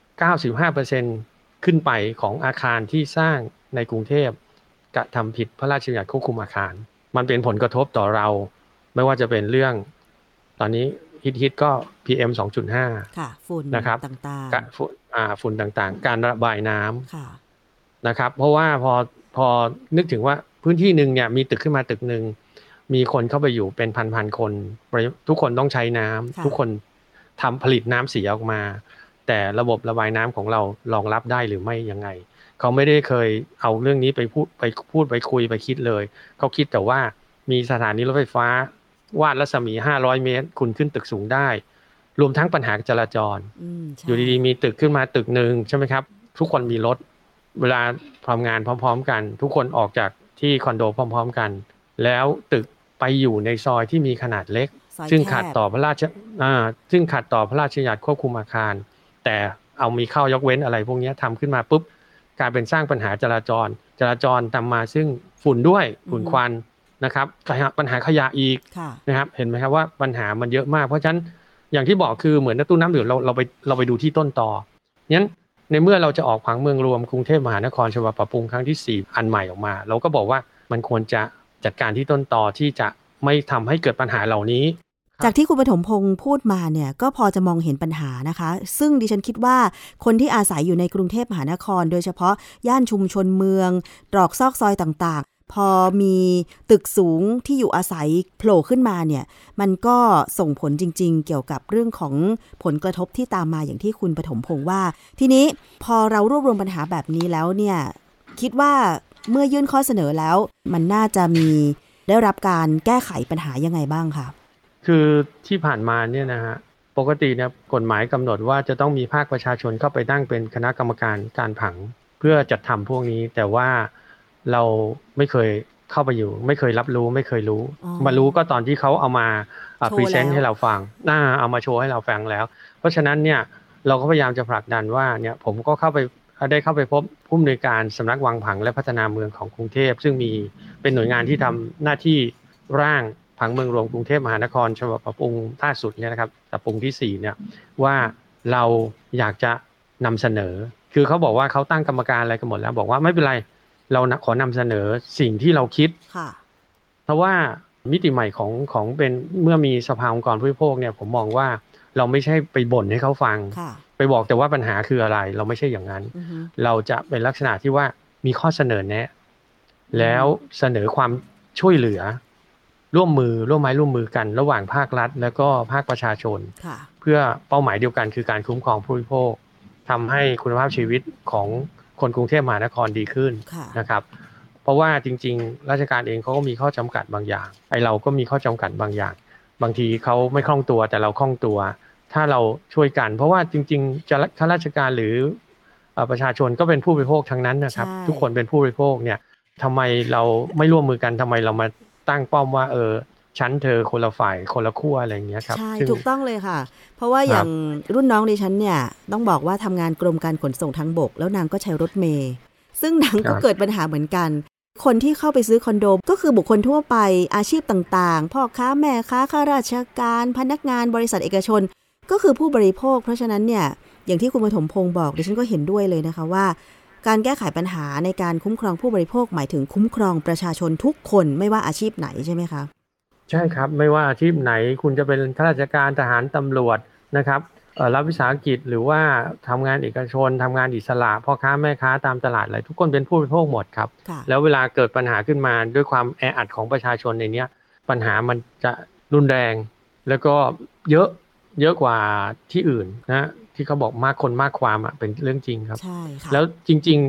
Speaker 3: 95% ขึ้นไปของอาคารที่สร้างในกรุงเทพกระทำผิดพระราชบัญญัติควบคุมอาคารมันเป็นผลกระทบต่อเราไม่ว่าจะเป็นเรื่องตอนนี้ฮิตก็ PM 2.5
Speaker 2: ค่ะฝุ่น
Speaker 3: นะครับ
Speaker 2: ต่าง
Speaker 3: ๆฝุ่นต่างๆการระบายน้ำนะครับเพราะว่าพอนึกถึงว่าพื้นที่หนึ่งเนี่ยมีตึกขึ้นมาตึกหนึ่งมีคนเข้าไปอยู่เป็นพันๆคนทุกคนต้องใช้น้ำทุกคนทำผลิตน้ำเสียออกมาแต่ระบบระบายน้ำของเรารองรับได้หรือไม่ยังไงเขาไม่ได้เคยเอาเรื่องนี้ไปพูดไปคุยไปคิดเลยเขาคิดแต่ว่ามีสถานีรถไฟฟ้าวาดรัศมี500 เมตรคุณขึ้นตึกสูงได้รวมทั้งปัญหาจราจรอยู่ดีๆมีตึกขึ้นมาตึกนึงใช่ไหมครับทุกคนมีรถเวลาทำงานพร้อมๆกันทุกคนออกจากที่คอนโดพร้อมๆกันแล้วตึกไปอยู่ในซอยที่มีขนาดเล็กซึ่งขัดต่อพระราชบัญญัติควบคุมอาคารแต่เอามีข้อยกเว้นอะไรพวกนี้ทำขึ้นมาปุ๊บกลายเป็นสร้างปัญหาจราจรตามมาซึ่งฝุ่นด้วยฝุ่นควันนะครับปัญหาขยะอีกนะครับเห็นไหมครับว่าปัญหามันเยอะมากเพราะฉะนั้นอย่างที่บอกคือเหมือนตู้น้ำดื่มเราไปดูที่ต้นตองั้นในเมื่อเราจะออกผังเมืองรวมกรุงเทพมหานครฉบับปรับปรุงครั้งที่4อันใหม่ออกมาเราก็บอกว่ามันควรจะจัดการที่ต้นตอที่จะไม่ทำให้เกิดปัญหาเหล่านี้
Speaker 2: จากที่คุณปฐมพงศ์พูดมาเนี่ยก็พอจะมองเห็นปัญหานะคะซึ่งดิฉันคิดว่าคนที่อาศัยอยู่ในกรุงเทพมหานครโดยเฉพาะย่านชุมชนเมืองตรอกซอกซอยต่างๆพอมีตึกสูงที่อยู่อาศัยโผล่ขึ้นมาเนี่ยมันก็ส่งผลจริงๆเกี่ยวกับเรื่องของผลกระทบที่ตามมาอย่างที่คุณปฐมพงศ์ว่าทีนี้พอเรารวบรวมปัญหาแบบนี้แล้วเนี่ยคิดว่าเมื่อยื่นข้อเสนอแล้วมันน่าจะได้รับการแก้ไขปัญหายังไงบ้างคะ
Speaker 3: คือที่ผ่านมาเนี่ยนะฮะปกติเนี่ยกฎหมายกำหนดว่าจะต้องมีภาคประชาชนเข้าไปตั้งเป็นคณะกรรมการการผังเพื่อจัดทำพวกนี้แต่ว่าเราไม่เคยเข้าไปอยู่ไม่เคยรับรู้ไม่เคยรู้มารู้ก็ตอนที่เขาเอามาพรีเซนต์ให้เราฟังเอามาโชว์ให้เราฟังแล้วเพราะฉะนั้นเนี่ยเราก็พยายามจะผลักดันว่าเนี่ยผมก็ได้เข้าไปพบผู้อำนวยการสำนักวางผังและพัฒนาเมืองของกรุงเทพซึ่งมีเป็นหน่วยงานที่ทำหน้าที่ร่างผังเมืองรวมกรุงเทพมหานครฉบับปรับปรุงล่าสุดเนี่ยนะครับปรับปรุงที่4เนี่ยว่าเราอยากจะนำเสนอคือเขาบอกว่าเขาตั้งกรรมการอะไรกันหมดแล้วบอกว่าไม่เป็นไรเราขอนำเสนอสิ่งที่เราคิดเพราะว่ามิติใหม่ของเป็นเมื่อมีสภาองค์กรผู้บริโภคเนี่ยผมมองว่าเราไม่ใช่ไปบ่นให้เขาฟังไปบอกแต่ว่าปัญหาคืออะไรเราไม่ใช่อย่างนั้นเราจะเป็นลักษณะที่ว่ามีข้อเสนอแนะแล้วเสนอความช่วยเหลือร่วมไม้ร่วมมือกันระหว่างภาครัฐแล้วก็ภาคประชาชนเพื่อเป้าหมายเดียวกันคือการคุ้มครองผู้บริโภคทำให้คุณภาพชีวิตของคนกรุงเทพมหานครดีขึ้นนะครับเพราะว่าจริงๆราชการเองเขาก็มีข้อจำกัดบางอย่างเราก็มีข้อจำกัดบางอย่างบางทีเขาไม่คล่องตัวแต่เราคล่องตัวถ้าเราช่วยกันเพราะว่าจริงๆจะข้าราชการหรือประชาชนก็เป็นผู้บริโภคทั้งนั้นนะครับทุกคนเป็นผู้บริโภคเนี่ยทำไมเราไม่ร่วมมือกันทำไมเรามาตั้งป้อมว่าฉันเธอคนละฝ่ายคนละขั้วอะไรอย่างเงี้ยครับ
Speaker 2: ใช่ถูกต้องเลยค่ะเพราะว่าอย่างรุ่นน้องดิฉันเนี่ยต้องบอกว่าทำงานกรมการขนส่งทางบกแล้วนางก็ใช้รถเมล์ซึ่งนางก็เกิดปัญหาเหมือนกันคนที่เข้าไปซื้อคอนโดก็คือบุคคลทั่วไปอาชีพต่างๆพ่อค้าแม่ค้าข้าราชการพนักงานบริษัทเอกชนก็คือผู้บริโภคเพราะฉะนั้นเนี่ยอย่างที่คุณปฐมพงศ์บอกดิฉันก็เห็นด้วยเลยนะคะว่าการแก้ไขปัญหาในการคุ้มครองผู้บริโภคหมายถึงคุ้มครองประชาชนทุกคนไม่ว่าอาชีพไหนใช่ไหมคะ
Speaker 3: ใช่ครับไม่ว่าอาชีพไหนคุณจะเป็นข้าราชการทหารตำรวจนะครับรับวิสาหกิจหรือว่าทำงานเอกชนทำงานอิสระพ่อค้าแม่ค้าตามตลาดอะไรทุกคนเป็นผู้บริโภคหมดครับแล้วเวลาเกิดปัญหาขึ้นมาด้วยความแออัดของประชาชนในนี้ปัญหามันจะรุนแรงแล้วก็เยอะกว่าที่อื่นนะที่เขาบอกมากคนมากความเป็นเรื่องจริงครับแล้วจริงๆ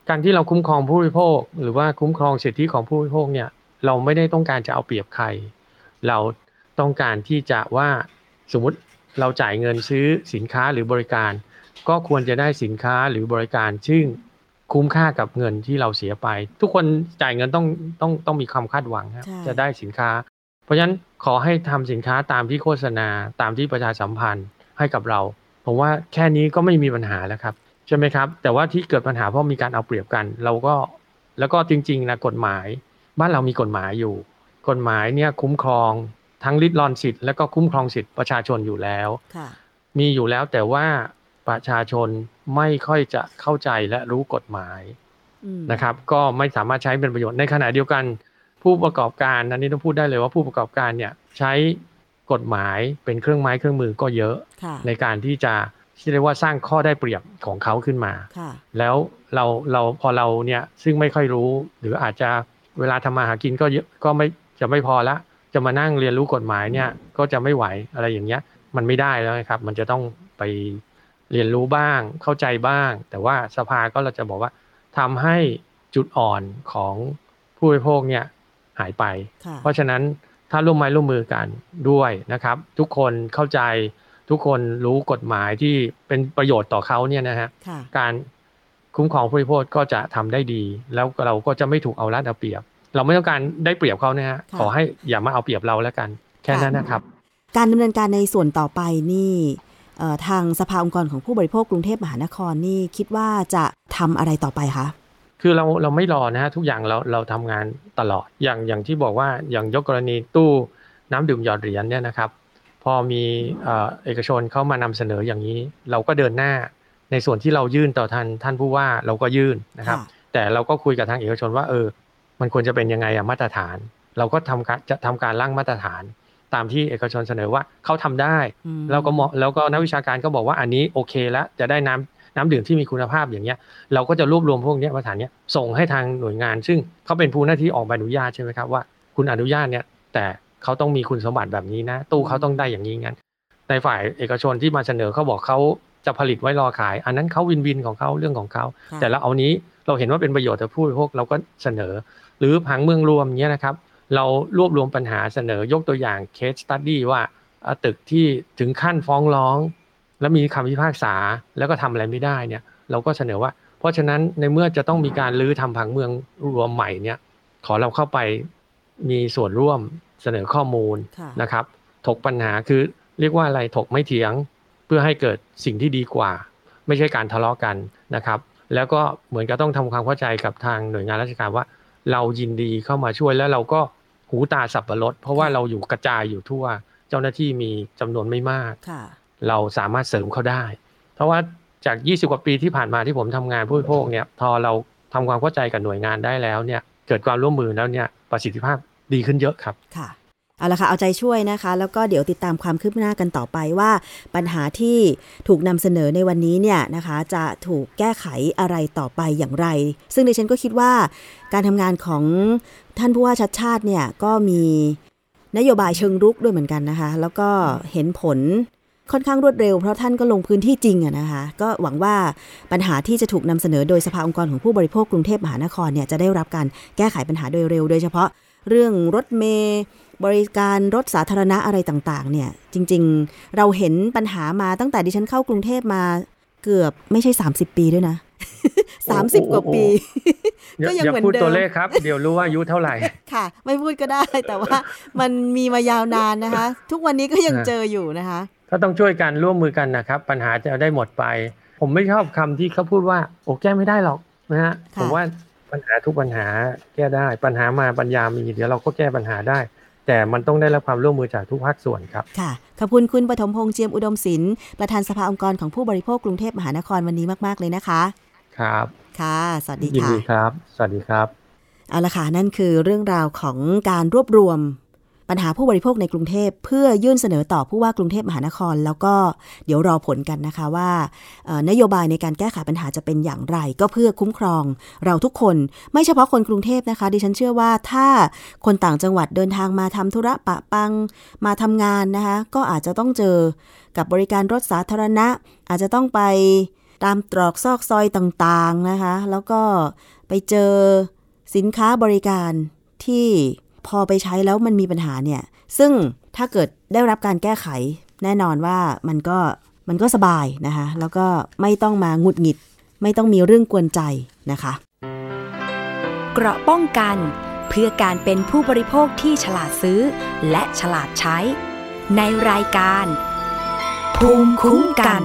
Speaker 3: การที่เราคุ้มครองผู้บริโภคหรือว่าคุ้มครองสิทธิของผู้บริโภคเนี่ยเราไม่ได้ต้องการจะเอาเปรียบใครเราต้องการที่จะว่าสมมุติเราจ่ายเงินซื้อสินค้าหรือบริการก็ควรจะได้สินค้าหรือบริการซึ่งคุ้มค่ากับเงินที่เราเสียไปทุกคนจ่ายเงินต้องมีความคาดหวังครับจะได้สินค้าเพราะฉะนั้นขอให้ทำสินค้าตามที่โฆษณาตามที่ประชาสัมพันธ์ให้กับเราผมว่าแค่นี้ก็ไม่มีปัญหาแล้วครับใช่ไหมครับแต่ว่าที่เกิดปัญหาเพราะมีการเอาเปรียบกันเราก็แล้วก็จริงๆนะกฎหมายบ้านเรามีกฎหมายอยู่กฎหมายเนี่ยคุ้มครองทั้งริดรอนสิทธิ์และก็คุ้มครองสิทธิประชาชนอยู่แล้วมีอยู่แล้วแต่ว่าประชาชนไม่ค่อยจะเข้าใจและรู้กฎหมายนะครับก็ไม่สามารถใช้เป็นประโยชน์ในขณะเดียวกันผู้ประกอบการอันนี้ต้องพูดได้เลยว่าผู้ประกอบการเนี่ยใช้กฎหมายเป็นเครื่องไม้เครื่องมือก็เยอะในการที่จะเรียกว่าสร้างข้อได้เปรียบของเขาขึ้นมาแล้วเราพอเราเนี่ยซึ่งไม่ค่อยรู้หรืออาจจะเวลาทำมาหากินก็เยอะก็ไม่พอละจะมานั่งเรียนรู้กฎหมายเนี่ยก็จะไม่ไหวอะไรอย่างเงี้ยมันไม่ได้แล้วครับมันจะต้องไปเรียนรู้บ้างเข้าใจบ้างแต่ว่าสภาก็เราจะบอกว่าทำให้จุดอ่อนของผู้บริโภคเนี่ยหายไปเพราะฉะนั้นถ้าร่วมไม้ร่วมมือกันด้วยนะครับทุกคนเข้าใจทุกคนรู้กฎหมายที่เป็นประโยชน์ต่อเขาเนี่ยนะฮะการคุ้มครองผู้บริโภคก็จะทำได้ดีแล้วเราก็จะไม่ถูกเอารัดเอาเปรียบเราไม่ต้องการได้เปรียบเขานะฮะขอให้อย่ามาเอาเปรียบเราแล้วกันแค่นั้นนะครับ
Speaker 2: การดำเนินการในส่วนต่อไปนี่ทางสภาองค์กรของผู้บริโภคกรุงเทพมหานครนี่คิดว่าจะทำอะไรต่อไปคะ
Speaker 3: คือเราไม่รอนะฮะทุกอย่างเราทำงานตลอดอย่างที่บอกว่าอย่างยกกรณีตู้น้ำดื่มหยอดเหรียญเนี่ยนะครับพอมีเอกชนเข้ามานำเสนออย่างนี้เราก็เดินหน้าในส่วนที่เรายื่นต่อท่านผู้ว่าเราก็ยื่นนะครับแต่เราก็คุยกับทางเอกชนว่ามันควรจะเป็นยังไงมาตรฐานเราก็จะทำการร่างมาตรฐานตามที่เอกชนเสนอว่าเขาทำได้แล้วก็นักวิชาการก็บอกว่าอันนี้โอเคแล้วจะได้น้ำดื่มที่มีคุณภาพอย่างเงี้ยเราก็จะรวบรวมพวกนี้มาตรฐานเนี้ยส่งให้ทางหน่วยงานซึ่งเขาเป็นผู้หน้าที่ออกใบอนุญาตใช่ไหมครับว่าคุณอนุญาตเนี่ยแต่เขาต้องมีคุณสมบัติแบบนี้นะตู้เขาต้องได้อย่างนี้งั้นในฝ่ายเอกชนที่มาเสนอเขาบอกเขาจะผลิตไว้รอขายอันนั้นเขาวินของเขาเรื่องของเขาแต่เราเอานี้เราเห็นว่าเป็นประโยชน์ต่อผู้บริโภคเราก็เสนอหรือผังเมืองรวมเนี้ยนะครับเรารวบรวมปัญหาเสนอยกตัวอย่าง case study ว่าตึกที่ถึงขั้นฟ้องร้องแล้วมีคำพิพากษาแล้วก็ทำอะไรไม่ได้เนี่ยเราก็เสนอว่าเพราะฉะนั้นในเมื่อจะต้องมีการรื้อทำผังเมืองรวมใหม่เนี่ยขอเราเข้าไปมีส่วนร่วมเสนอข้อมูลนะครับถกปัญหาคือเรียกว่าอะไรถกไม่เถียงเพื่อให้เกิดสิ่งที่ดีกว่าไม่ใช่การทะเลาะกันนะครับแล้วก็เหมือนกับต้องทำความเข้าใจกับทางหน่วยงานราชการว่าเรายินดีเข้ามาช่วยแล้วเราก็หูตาสับปะรดเพราะว่าเราอยู่กระจายอยู่ทั่วเจ้าหน้าที่มีจำนวนไม่มากเราสามารถเสริมเขาได้เพราะว่าจาก20กว่าปีที่ผ่านมาที่ผมทำงานผู้บริโภคเนี่ยพอเราทำความเข้าใจกับหน่วยงานได้แล้วเนี่ยเกิดความร่วมมือแล้วเนี่ยประสิทธิภาพดีขึ้นเยอะครับ
Speaker 2: ค่ะเอาละค่ะเอาใจช่วยนะคะแล้วก็เดี๋ยวติดตามความคืบหน้ากันต่อไปว่าปัญหาที่ถูกนำเสนอในวันนี้เนี่ยนะคะจะถูกแก้ไขอะไรต่อไปอย่างไรซึ่งดิฉันก็คิดว่าการทำงานของท่านผู้ว่าชัดชาติเนี่ยก็มีนโยบายเชิงรุกด้วยเหมือนกันนะคะแล้วก็เห็นผลค่อนข้างรวดเร็วเพราะท่านก็ลงพื้นที่จริงอะนะคะก็หวังว่าปัญหาที่จะถูกนำเสนอโดยสภาองค์กรของผู้บริโภคกรุงเทพมหานครเนี่ยจะได้รับการแก้ไขปัญหาโดยเร็วโดยเฉพาะเรื่องรถเมล์บริการรถสาธารณะอะไรต่างๆเนี่ยจริงๆเราเห็นปัญหามาตั้งแต่ดิฉันเข้ากรุงเทพมาเกือบไม่ใช่30ปีด้วยนะ30กว่าปี
Speaker 3: ก็ยังเหมือนเดิมอย่าพูดตัวเลขครับเดี๋ยวรู้ว่าอายุเท่าไหร่
Speaker 2: ค่ะไม่พูดก็ได้แต่ว่ามันมีมายาวนานนะคะทุกวันนี้ก็ยังเจออยู่นะคะ
Speaker 3: ก็ต้องช่วยกันร่วมมือกันนะครับปัญหาจะได้หมดไปผมไม่ชอบคำที่เขาพูดว่าโอ้แก้ไม่ได้หรอกนะฮะผมว่าปัญหาทุกปัญหาแก้ได้ปัญหามาปัญญามีเดี๋ยวเราก็แก้ปัญหาได้แต่มันต้องได้รับความร่วมมือจากทุกภาคส่วนครับ
Speaker 2: ค่ะขอบคุณคุณปฐมพงษ์เจียมอุดมศิลป์ประธานสภาองค์กรของผู้บริโภคกรุงเทพมหานครวันนี้มากๆเลยนะคะ
Speaker 3: ครับ
Speaker 2: ค่ะสวัสดีค่ะ
Speaker 3: ยินดีครับสวัสดีครับ
Speaker 2: เอาละค่ะนั่นคือเรื่องราวของการรวบรวมปัญหาผู้บริโภคในกรุงเทพเพื่อยื่นเสนอต่อผู้ว่ากรุงเทพมหานครแล้วก็เดี๋ยวรอผลกันนะคะว่านโยบายในการแก้ไขปัญหาจะเป็นอย่างไรก็เพื่อคุ้มครองเราทุกคนไม่เฉพาะคนกรุงเทพนะคะดิฉันเชื่อว่าถ้าคนต่างจังหวัดเดินทางมาทำธุระปะปังมาทำงานนะคะก็อาจจะต้องเจอกับบริการรถสาธารณะอาจจะต้องไปตามตรอกซอกซอยต่างๆนะคะแล้วก็ไปเจอสินค้าบริการที่พอไปใช้แล้วมันมีปัญหาเนี่ยซึ่งถ้าเกิดได้รับการแก้ไขแน่นอนว่ามันก็สบายนะคะแล้วก็ไม่ต้องมาหงุดหงิดไม่ต้องมีเรื่องกวนใจนะคะ
Speaker 1: เกราะป้องกันเพื่อการเป็นผู้บริโภคที่ฉลาดซื้อและฉลาดใช้ในรายการภูมิคุ้มกัน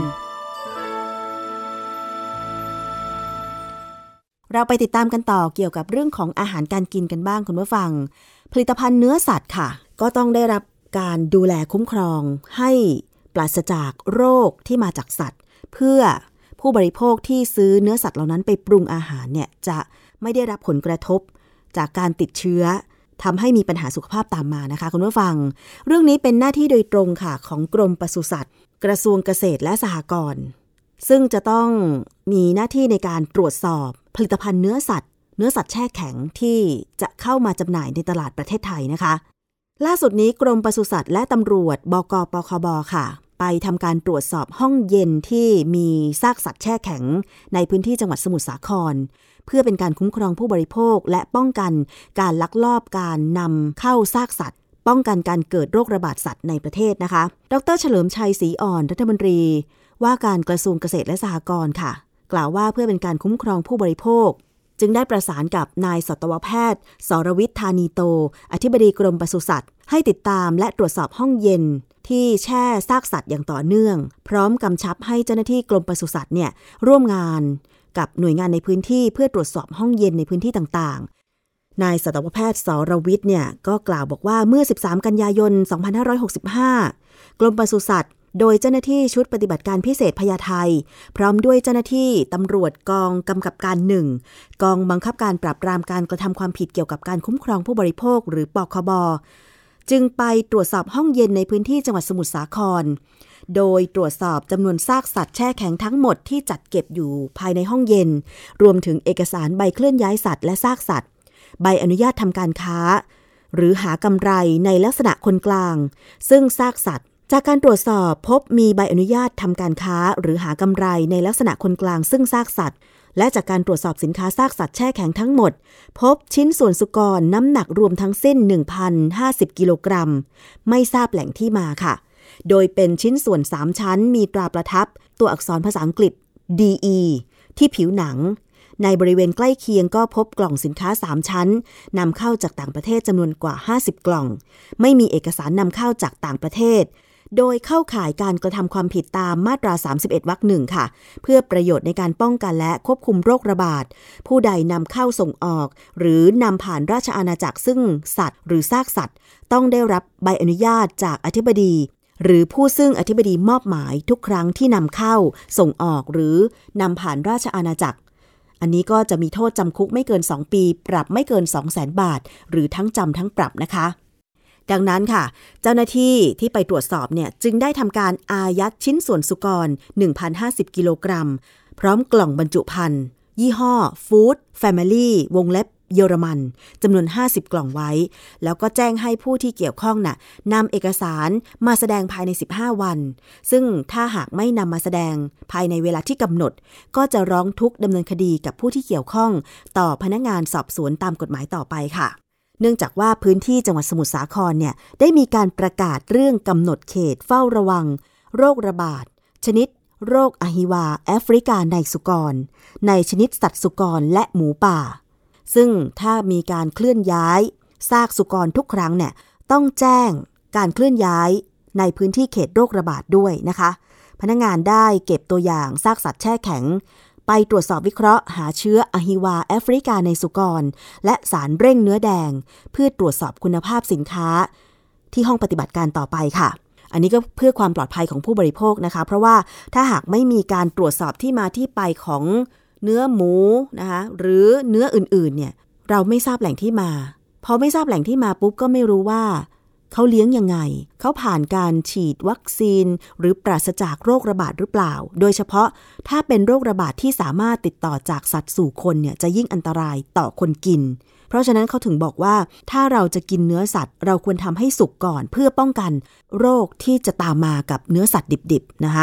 Speaker 2: เราไปติดตามกันต่อเกี่ยวกับเรื่องของอาหารการกินกันบ้างคุณผู้ฟังผลิตภัณฑ์เนื้อสัตว์ค่ะก็ต้องได้รับการดูแลคุ้มครองให้ปราศจากโรคที่มาจากสัตว์เพื่อผู้บริโภคที่ซื้อเนื้อสัตว์เหล่านั้นไปปรุงอาหารเนี่ยจะไม่ได้รับผลกระทบจากการติดเชื้อทำให้มีปัญหาสุขภาพตามมานะคะคุณผู้ฟังเรื่องนี้เป็นหน้าที่โดยตรงค่ะของกรมปศุสัตว์กระทรวงเกษตรและสหกรณ์ซึ่งจะต้องมีหน้าที่ในการตรวจสอบผลิตภัณฑ์เนื้อสัตว์แช่แข็งที่จะเข้ามาจำหน่ายในตลาดประเทศไทยนะคะล่าสุดนี้กรมปศุสัตว์และตำรวจบก.ปคบ.ค่ะไปทำการตรวจสอบห้องเย็นที่มีซากสัตว์แช่แข็งในพื้นที่จังหวัดสมุทรสาครเพื่อเป็นการคุ้มครองผู้บริโภคและป้องกันการลักลอบการนำเข้าซากสัตว์ป้องกันการเกิดโรคระบาดสัตว์ในประเทศนะคะดร.เฉลิมชัยศรีอ่อนรัฐมนตรีว่าการกระทรวงเกษตรและสหกรณ์ค่ะกล่าวว่าเพื่อเป็นการคุ้มครองผู้บริโภคจึงได้ประสานกับนายสัตวแพทย์สรวิทย์ธานีโตอธิบดีกรมปศุสัตว์ให้ติดตามและตรวจสอบห้องเย็นที่แช่ซากสัตว์อย่างต่อเนื่องพร้อมกำชับให้เจ้าหน้าที่กรมปศุสัตว์เนี่ยร่วมงานกับหน่วยงานในพื้นที่เพื่อตรวจสอบห้องเย็นในพื้นที่ต่างๆนายสัตวแพทย์สรวิทย์เนี่ยก็กล่าวบอกว่าเมื่อ13กันยายน2565กรมปศุสัตว์โดยเจ้าหน้าที่ชุดปฏิบัติการพิเศษพญาไทพร้อมด้วยเจ้าหน้าที่ตำรวจกองกำกับการ1กองบังคับการปราบปรามการกระทำความผิดเกี่ยวกับการคุ้มครองผู้บริโภคหรือปคบ.จึงไปตรวจสอบห้องเย็นในพื้นที่จังหวัดสมุทรสาครโดยตรวจสอบจำนวนซากสัตว์แช่แข็งทั้งหมดที่จัดเก็บอยู่ภายในห้องเย็นรวมถึงเอกสารใบเคลื่อนย้ายสัตว์และซากสัตว์ใบอนุญาตทำการค้าหรือหากำไรในลักษณะคนกลางซึ่งซากสัตว์จากการตรวจสอบพบมีใบอนุญาตทำการค้าหรือหากำไรในลักษณะคนกลางซึ่งซากสัตว์และจากการตรวจสอบสินค้าซากสัตว์แช่แข็งทั้งหมดพบชิ้นส่วนสุกรน้ำหนักรวมทั้งสิ้น 1,050 กิโลกรัมไม่ทราบแหล่งที่มาค่ะโดยเป็นชิ้นส่วน3ชั้นมีตราประทับตัวอักษรภาษาอังกฤษ DE ที่ผิวหนังในบริเวณใกล้เคียงก็พบกล่องสินค้า3ชั้นนำเข้าจากต่างประเทศจำนวนกว่า50กล่องไม่มีเอกสารนำเข้าจากต่างประเทศโดยเข้าข่ายการกระทำความผิดตามมาตรา31วรรค 1ค่ะเพื่อประโยชน์ในการป้องกันและควบคุมโรคระบาดผู้ใดนำเข้าส่งออกหรือนำผ่านราชอาณาจักรซึ่งสัตว์หรือซากสัตว์ต้องได้รับใบอนุญาตจากอธิบดีหรือผู้ซึ่งอธิบดีมอบหมายทุกครั้งที่นำเข้าส่งออกหรือนำผ่านราชอาณาจักรอันนี้ก็จะมีโทษจำคุกไม่เกิน2ปีปรับไม่เกิน 200,000 บาทหรือทั้งจำทั้งปรับนะคะดังนั้นค่ะเจ้าหน้าที่ที่ไปตรวจสอบเนี่ยจึงได้ทำการอายัดชิ้นส่วนสุกร 1,050 กิโลกรัมพร้อมกล่องบรรจุภัณฑ์ยี่ห้อ Food Family วงเล็บเยอรมันจำนวน50กล่องไว้แล้วก็แจ้งให้ผู้ที่เกี่ยวข้องนำเอกสารมาแสดงภายใน15วันซึ่งถ้าหากไม่นำมาแสดงภายในเวลาที่กำหนดก็จะร้องทุกข์ดำเนินคดีกับผู้ที่เกี่ยวข้องต่อพนักงานสอบสวนตามกฎหมายต่อไปค่ะเนื่องจากว่าพื้นที่จังหวัดสมุทรสาครเนี่ยได้มีการประกาศเรื่องกำหนดเขตเฝ้าระวังโรคระบาดชนิดโรคอหิวาแอฟริกาในสุกรในชนิดสัตว์สุกรและหมูป่าซึ่งถ้ามีการเคลื่อนย้ายซากสุกรทุกครั้งเนี่ยต้องแจ้งการเคลื่อนย้ายในพื้นที่เขตโรคระบาดด้วยนะคะพนักงานได้เก็บตัวอย่างซากสัตว์แช่แข็งไปตรวจสอบวิเคราะห์หาเชื้ออหิวาแอฟริกาในสุกรและสารเร่งเนื้อแดงเพื่อตรวจสอบคุณภาพสินค้าที่ห้องปฏิบัติการต่อไปค่ะอันนี้ก็เพื่อความปลอดภัยของผู้บริโภคนะคะเพราะว่าถ้าหากไม่มีการตรวจสอบที่มาที่ไปของเนื้อหมูนะคะหรือเนื้ออื่นๆเนี่ยเราไม่ทราบแหล่งที่มาพอไม่ทราบแหล่งที่มาปุ๊บก็ไม่รู้ว่าเขาเลี้ยงยังไงเขาผ่านการฉีดวัคซีนหรือปราศจากโรคระบาดหรือเปล่าโดยเฉพาะถ้าเป็นโรคระบาดที่สามารถติดต่อจากสัตว์สู่คนเนี่ยจะยิ่งอันตรายต่อคนกินเพราะฉะนั้นเขาถึงบอกว่าถ้าเราจะกินเนื้อสัตว์เราควรทำให้สุกก่อนเพื่อป้องกันโรคที่จะตามมากับเนื้อสัตว์ดิบๆนะคะ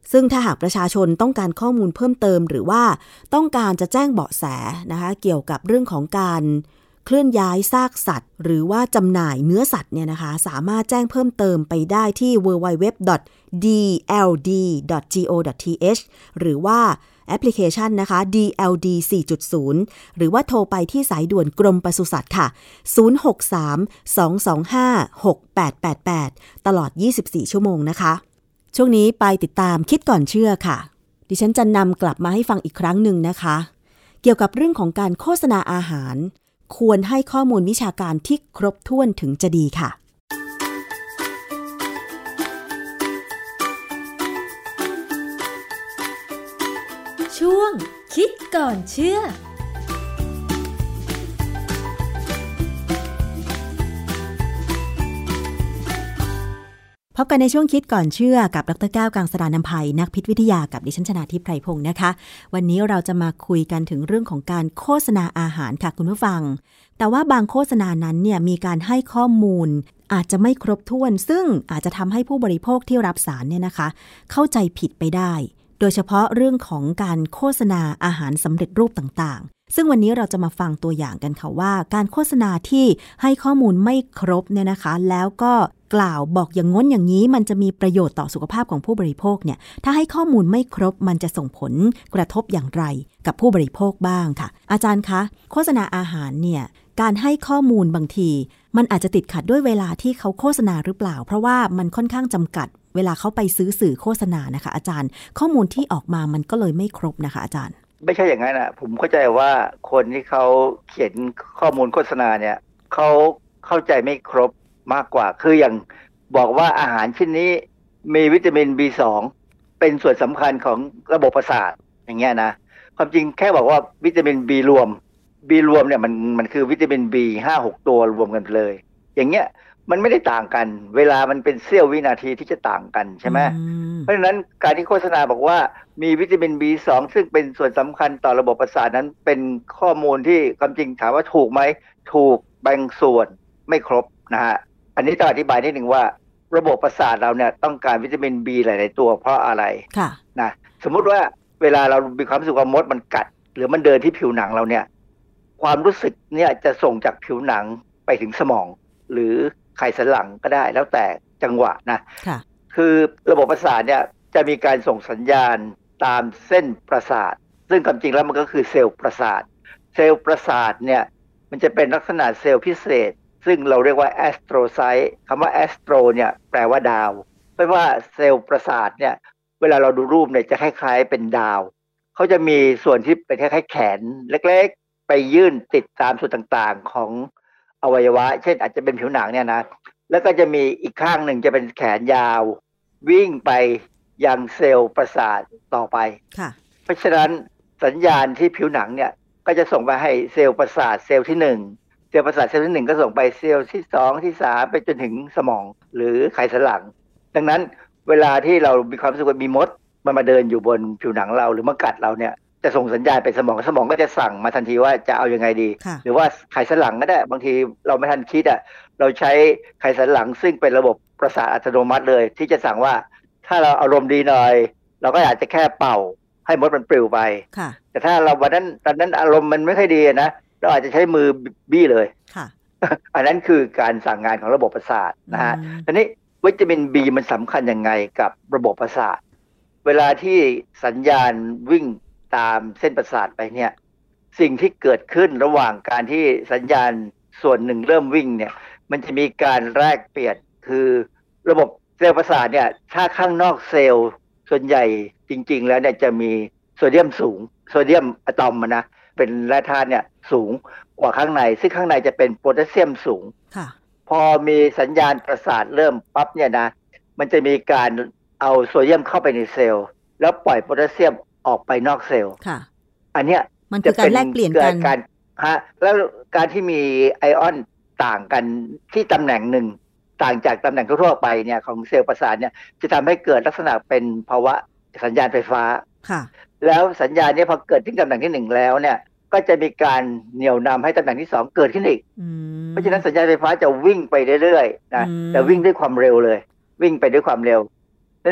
Speaker 2: ซึ่งถ้าหากประชาชนต้องการข้อมูลเพิ่มเติมหรือว่าต้องการจะแจ้งเบาะแสนะคะเกี่ยวกับเรื่องของการเคลื่อนย้ายซากสัตว์หรือว่าจำหน่ายเนื้อสัตว์เนี่ยนะคะสามารถแจ้งเพิ่มเติมไปได้ที่ www.dld.go.th หรือว่าแอปพลิเคชันนะคะ DLD 4.0 หรือว่าโทรไปที่สายด่วนกรมปศุสัตว์ค่ะ063-225-6888ตลอด24ชั่วโมงนะคะช่วงนี้ไปติดตามคิดก่อนเชื่อค่ะดิฉันจะนำกลับมาให้ฟังอีกครั้งหนึ่งนะคะเกี่ยวกับเรื่องของการโฆษณาอาหารควรให้ข้อมูลวิชาการที่ครบถ้วนถึงจะดีค่ะ
Speaker 1: ช่วงคิดก่อนเชื่อ
Speaker 2: พบกันในช่วงคิดก่อนเชื่อกับดร.แก้วกังสดาลอำไพนักพิษวิทยากับดิฉันชนาทิพย์ไพรพงศ์นะคะวันนี้เราจะมาคุยกันถึงเรื่องของการโฆษณาอาหารค่ะคุณผู้ฟังแต่ว่าบางโฆษณานั้นเนี่ยมีการให้ข้อมูลอาจจะไม่ครบถ้วนซึ่งอาจจะทำให้ผู้บริโภคที่รับสารเนี่ยนะคะเข้าใจผิดไปได้โดยเฉพาะเรื่องของการโฆษณาอาหารสำเร็จรูปต่างๆซึ่งวันนี้เราจะมาฟังตัวอย่างกันค่ะว่าการโฆษณาที่ให้ข้อมูลไม่ครบเนี่ยนะคะแล้วก็กล่าวบอกอย่างง้นอย่างนี้มันจะมีประโยชน์ต่อสุขภาพของผู้บริโภคเนี่ยถ้าให้ข้อมูลไม่ครบมันจะส่งผลกระทบอย่างไรกับผู้บริโภคบ้างค่ะอาจารย์คะโฆษณาอาหารเนี่ยการให้ข้อมูลบางทีมันอาจจะติดขัดด้วยเวลาที่เขาโฆษณาหรือเปล่าเพราะว่ามันค่อนข้างจำกัดเวลาเขาไปซื้อสื่อโฆษณานะคะอาจารย์ข้อมูลที่ออกมามันก็เลยไม่ครบนะคะอาจารย์
Speaker 4: ไม่ใช่อย่างนั้นนะผมเข้าใจว่าคนที่เขาเขียนข้อมูลโฆษณาเนี่ยเขาเข้าใจไม่ครบมากกว่าคืออย่างบอกว่าอาหารชิ้นนี้มีวิตามิน B2 เป็นส่วนสำคัญของระบบประสาทอย่างเงี้ยนะความจริงแค่บอกว่าวิตามิน B รวม B รวมเนี่ยมันคือวิตามิน B 5-6 ตัวรวมกันเลยอย่างเงี้ยมันไม่ได้ต่างกันเวลามันเป็นเสี้ยววินาทีที่จะต่างกันใช่ไหมเพราะฉะนั้นการที่โฆษณาบอกว่ามีวิตามิน B2 ซึ่งเป็นส่วนสำคัญต่อระบบประสาทนั้นเป็นข้อมูลที่ความจริงถามว่าถูกไหมถูกแบ่งส่วนไม่ครบนะฮะอันนี้ต้องอธิบายนิดนึงว่าระบบประสาทเราเนี่ยต้องการวิตามิน B หลายๆตัวเพราะอะไรนะสมมุติว่าเวลาเรามีความรู้สึกว่ามดมันกัดหรือมันเดินที่ผิวหนังเราเนี่ยความรู้สึกเนี่ยจะส่งจากผิวหนังไปถึงสมองหรือไขสันหลังก็ได้แล้วแต่จังหวะนะคือระบบประสาทเนี่ยจะมีการส่งสัญญาณตามเส้นประสาทซึ่งความจริงแล้วมันก็คือเซลล์ประสาทเซลล์ประสาทเนี่ยมันจะเป็นลักษณะเซลล์พิเศษซึ่งเราเรียกว่าแอสโตรไซต์คำว่าแอสโตรเนี่ยแปลว่าดาวเพราะว่าเซลล์ประสาทเนี่ยเวลาเราดูรูปเนี่ยจะคล้ายๆเป็นดาวเขาจะมีส่วนที่เป็นคล้ายๆแขนเล็กๆไปยื่นติดตามส่วนต่างๆของอวัยวะเช่นอาจจะเป็นผิวหนังเนี่ยนะแล้วก็จะมีอีกข้างหนึ่งจะเป็นแขนยาววิ่งไปยังเซลล์ประสาทต่อไปเพราะฉะนั้นสัญญาณที่ผิวหนังเนี่ยก็จะส่งไปให้เซลล์ประสาทเซลล์ที่1เซลล์ประสาทเซลล์ที่1ก็ส่งไปเซลล์ที่2ที่3ไปจนถึงสมองหรือไขสันหลังดังนั้นเวลาที่เรามีความรู้สึกว่ามีมดมันมาเดินอยู่บนผิวหนังเราหรือมากัดเราเนี่ยจะส่งสัญญาณไปสมองก็จะสั่งมาทันทีว่าจะเอายังไงดีหรือว่าไขสันหลังก็ได้บางทีเราไม่ทันคิดเราใช้ไขสันหลังซึ่งเป็นระบบประสาทอัตโนมัติเลยที่จะสั่งว่าถ้าเราอารมณ์ดีหน่อยเราก็อาจจะแค่เป่าให้มดมันปลิวไปแต่ถ้าเราตอนนั้นอารมณ์มันไม่ค่อยดีนะเราอาจจะใช้มือบี้เลยอันนั้นคือการสั่งงานของระบบประสาทนะฮะทีนี้วิตามิน B มันสำคัญยังไงกับระบบประสาทเวลาที่สัญญาณวิ่งตามเส้นประสาทไปเนี่ยสิ่งที่เกิดขึ้นระหว่างการที่สัญญาณส่วนหนึ่งเริ่มวิ่งเนี่ยมันจะมีการแลกเปลี่ยนคือระบบเซลล์ประสาทเนี่ยถ้าข้างนอกเซลล์ส่วนใหญ่จริงๆแล้วเนี่ยจะมีโซเดียมสูงโซเดียมอะตอมนะเป็นแร่ธาตุเนี่ยสูงกว่าข้างในซึ่งข้างในจะเป็นโพแทสเซียมสูงพอมีสัญญาณประสาทเริ่มปั๊บเนี่ยนะมันจะมีการเอาโซเดียมเข้าไปในเซลล์แล้วปล่อยโพแทสเซียมออกไปนอกเซลล์อันเนี้ย
Speaker 2: มันคือการแลกเปลี่ยนกัน
Speaker 4: แล้วการที่มีไอออนต่างกันที่ตำแหน่งหนึ่งต่างจากตำแหน่งทั่วไปเนี่ยของเซลล์ประสาทเนี่ยจะทำให้เกิดลักษณะเป็นภาวะสัญญาณไฟฟ้าแล้วสัญญาณนี้พอเกิดที่ตำแหน่งที่1แล้วเนี่ยก็จะมีการเหนี่ยวนำให้ตำแหน่งที่2เกิดขึ้นอีกเพราะฉะนั้นสัญญาณไฟฟ้าจะวิ่งไปเรื่อยๆนะแต่วิ่งด้วยความเร็วเลยวิ่งไปด้วยความเร็วทีนี้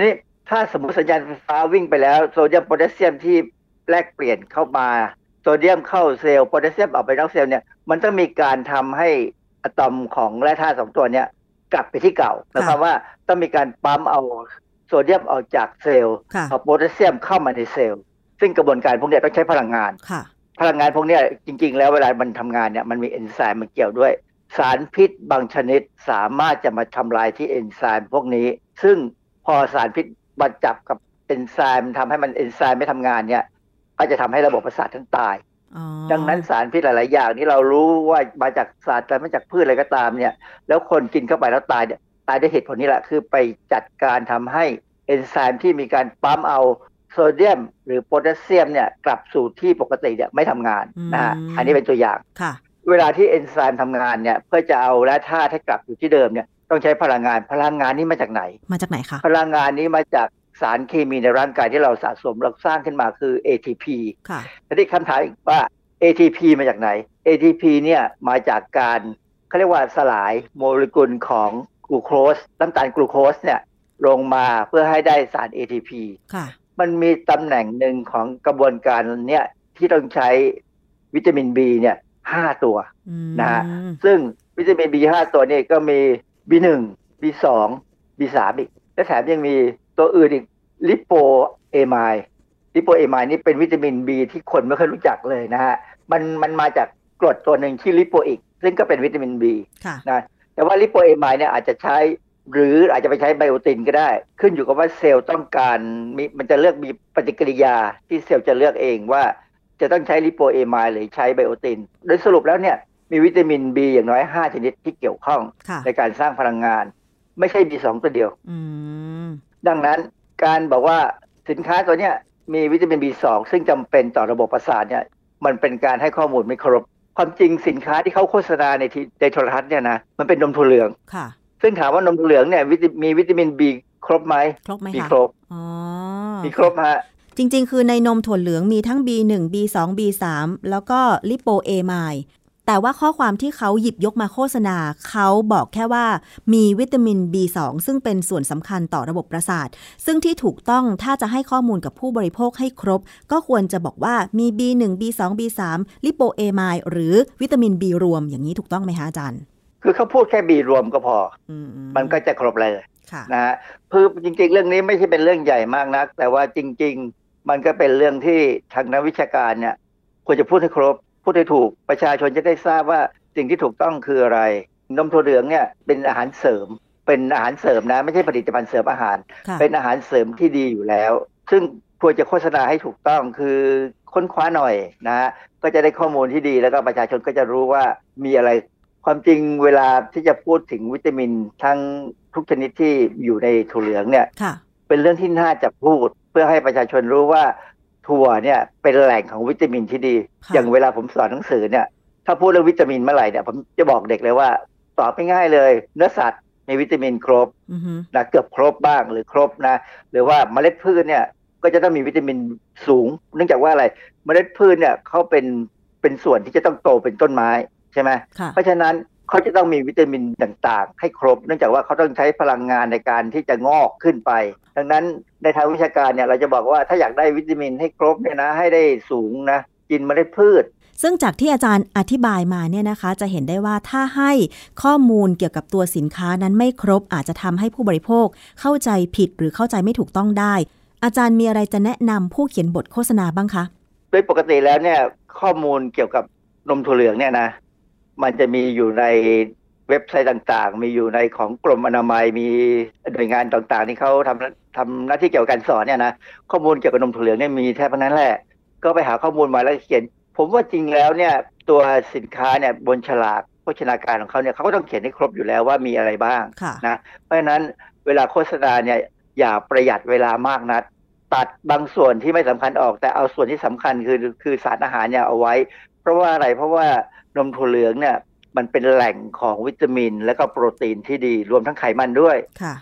Speaker 4: ถ้าสมมติสัญญาณไฟฟ้าวิ่งไปแล้วโซเดียมโพแทสเซียมที่แลกเปลี่ยนเข้ามาโซเดียมเข้าเซลล์โพแทสเซียมออกไปนอกเซลล์เนี่ยมันต้องมีการทำให้อะตอมของแร่ธาตุ2ตัวเนี้ยกลับไปที่เก่าหมายความว่าต้องมีการปั๊มเอาโซเดียมออกจากเซลล์เอาโพแทสเซียมเข้ามาในเซลล์ซึ่งกระบวนการพวกนี้ต้องใช้พลังงานพลังงานพวกนี้จริงๆแล้วเวลามันทำงานเนี่ยมันมีเอนไซม์มันเกี่ยวด้วยสารพิษบางชนิดสามารถจะมาทำลายที่เอนไซม์พวกนี้ซึ่งพอสารพิษมาจับกับเอนไซม์ทำให้มันเอนไซม์ไม่ทำงานเนี่ยก็จะทำให้ระบบประสาททั้งตายดังนั้นสารพิษหลายๆอย่างที่เรารู้ว่ามาจากสัตว์มาจากพืชอะไรก็ตามเนี่ยแล้วคนกินเข้าไปแล้วตายเนี่ยตายด้วยเหตุผลนี้แหละคือไปจัดการทำให้เอนไซม์ที่มีการปั๊มเอาโซเดียมหรือโพแทสเซียมเนี่ยกลับสู่ที่ปกติเนี่ยไม่ทำงานนะฮะอันนี้เป็นตัวอย่างเวลาที่เอนไซม์ทำงานเนี่ยเพื่อจะเอาแร่ธาตุให้กลับอยู่ที่เดิมเนี่ยต้องใช้พลังงานนี้มาจากไหน
Speaker 2: คะ
Speaker 4: พลังงานนี้มาจากสารเคมีในร่างกายที่เราสะสมเราสร้างขึ้นมาคือ ATP
Speaker 2: ค่ะ
Speaker 4: ทีนี้คำถามอีกว่า ATP มาจากไหน ATP เนี่ยมาจากการเขาเรียกว่าสลายโมเลกุลของกลูโคสน้ำตาลกลูโคสเนี่ยลงมาเพื่อให้ได้สาร ATP
Speaker 2: ค่ะ
Speaker 4: มันมีตำแหน่งหนึ่งของกระบวนการเนี่ยที่ต้องใช้วิตามิน B เนี่ย5ตัวนะฮะซึ่งวิตามิน B 5ตัวนี่ก็มี B1 B2 B3 อีกและแถมยังมีตัวอื่นอีกลิโปเอไมด์นี่เป็นวิตามิน B ที่คนไม่เคยรู้จักเลยนะฮะมันมาจากกรดตัวหนึ่งที่ลิโปอิกซึ่งก็เป็นวิตามิน B นะแต่ว่าลิโปเอไมด์เนี่ยอาจจะใช้หรืออาจจะไปใช้ไบโอตินก็ได้ขึ้นอยู่กับว่าเซลล์ต้องการมันจะเลือกมีปฏิกิริยาที่เซลล์จะเลือกเองว่าจะต้องใช้ลิโปเอไมด์หรือใช้ไบโอตินโดยสรุปแล้วเนี่ยมีวิตามิน B อย่างน้อย5ชนิดที่เกี่ยวข้องในการสร้างพลังงานไม่ใช่ B2 ตัวเดียวดังนั้นการบอกว่าสินค้าตัวเนี้ยมีวิตามิน B2 ซึ่งจำเป็นต่อระบบประสาทเนี่ยมันเป็นการให้ข้อมูลไม่ครบความจริงสินค้าที่เขาโฆษณาในโทรทัศน์เนี่ยนะมันเป็นนมถั่วเหลืองซึ่งถามว่านมถั่วเหลืองเนี่ยมีวิตามิน B ครบไหม
Speaker 2: มี
Speaker 4: ครบมีครบฮะ
Speaker 2: จริงๆคือในนมถั่วเหลืองมีทั้ง B1 B2 B3 แล้วก็ลิโปเอไมด์แต่ว่าข้อความที่เขาหยิบยกมาโฆษณาเขาบอกแค่ว่ามีวิตามิน B2 ซึ่งเป็นส่วนสำคัญต่อระบบประสาทซึ่งที่ถูกต้องถ้าจะให้ข้อมูลกับผู้บริโภคให้ครบก็ควรจะบอกว่ามี B1 B2 B3 ลิโปเอไมด์หรือวิตามิน B รวมอย่างนี้ถูกต้องไหมคะอาจารย์
Speaker 4: คือเขาพูดแค่ B รวมก็พอมันก็จะครบเลยนะฮะคือจริงๆเรื่องนี้ไม่ใช่เป็นเรื่องใหญ่มากนักแต่ว่าจริงๆมันก็เป็นเรื่องที่ทางนักวิชาการเนี่ยควรจะพูดให้ครบพูดให้ถูกประชาชนจะได้ทราบว่าสิ่งที่ถูกต้องคืออะไรนมถั่วเหลืองเนี่ยเป็นอาหารเสริมนะไม่ใช่ผลิตภัณฑ์เสริมอาหารเป็นอาหารเสริมที่ดีอยู่แล้วซึ่งควรจะโฆษณาให้ถูกต้องคือค้นคว้าหน่อยนะฮะก็จะได้ข้อมูลที่ดีแล้วก็ประชาชนก็จะรู้ว่ามีอะไรความจริงเวลาที่จะพูดถึงวิตามินทั้งทุกชนิดที่อยู่ในถั่วเหลืองเนี่ยเป็นเรื่องที่น่าจะพูดเพื่อให้ประชาชนรู้ว่าถั่วเนี่ยเป็นแหล่งของวิตามินที่ดีอย่างเวลาผมสอนหนังสือเนี่ยถ้าพูดเรื่องวิตามินเมื่อไหร่เนี่ยผมจะบอกเด็กเลยว่าตอบง่ายๆเลยเนื้อสัตว์มีวิตามินครบนะเกือบครบบ้างหรือครบนะหรือว่าเมล็ดพืชเนี่ยก็จะต้องมีวิตามินสูงเนื่องจากว่าอะไรเมล็ดพืชเนี่ยเขาเป็นส่วนที่จะต้องโตเป็นต้นไม้ใช่ไหมเพราะฉะนั้นเขาจะต้องมีวิตามินต่างๆให้ครบเนื่องจากว่าเขาต้องใช้พลังงานในการที่จะงอกขึ้นไปดังนั้นในทางวิชาการเนี่ยเราจะบอกว่าถ้าอยากได้วิตามินให้ครบเนี่ยนะให้ได้สูงนะกินเมล็ดพืช
Speaker 2: ซึ่งจากที่อาจารย์อธิบายมาเนี่ยนะคะจะเห็นได้ว่าถ้าให้ข้อมูลเกี่ยวกับตัวสินค้านั้นไม่ครบอาจจะทำให้ผู้บริโภคเข้าใจผิดหรือเข้าใจไม่ถูกต้องได้อาจารย์มีอะไรจะแนะนำผู้เขียนบทโฆษณาบ้างคะ
Speaker 4: โดยปกติแล้วเนี่ยข้อมูลเกี่ยวกับนมถั่วเหลืองเนี่ยนะมันจะมีอยู่ในเว็บไซต์ต่างๆมีอยู่ในของกรมอนามัยมีหน่วยงานต่างๆที่เขาทำหน้าที่เกี่ยวกับการสอนเนี่ยนะข้อมูลเกี่ยวกับนมถั่วเหลืองเนี่ยมีแทบทั้งนั้นแหละก็ไปหาข้อมูลมาแล้วเขียนผมว่าจริงแล้วเนี่ยตัวสินค้าเนี่ยบนฉลากโภชนาการของเขาเนี่ยเขาก็ต้องเขียนให้ครบอยู่แล้วว่ามีอะไรบ้างนะเพราะฉะนั้นเวลาโฆษณาเนี่ยอย่าประหยัดเวลามากนักตัดบางส่วนที่ไม่สำคัญออกแต่เอาส่วนที่สำคัญคือสารอาหารเนี่ยเอาไว้เพราะว่าอะไรเพราะว่านมถั่วเหลืองเนี่ยมันเป็นแหล่งของวิตามินและก็โปรตีนที่ดีรวมทั้งไขมันด้วย
Speaker 2: ค่ะ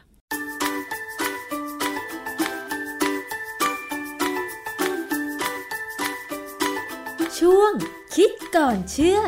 Speaker 1: ช่วงคิดก่อนเชื่อ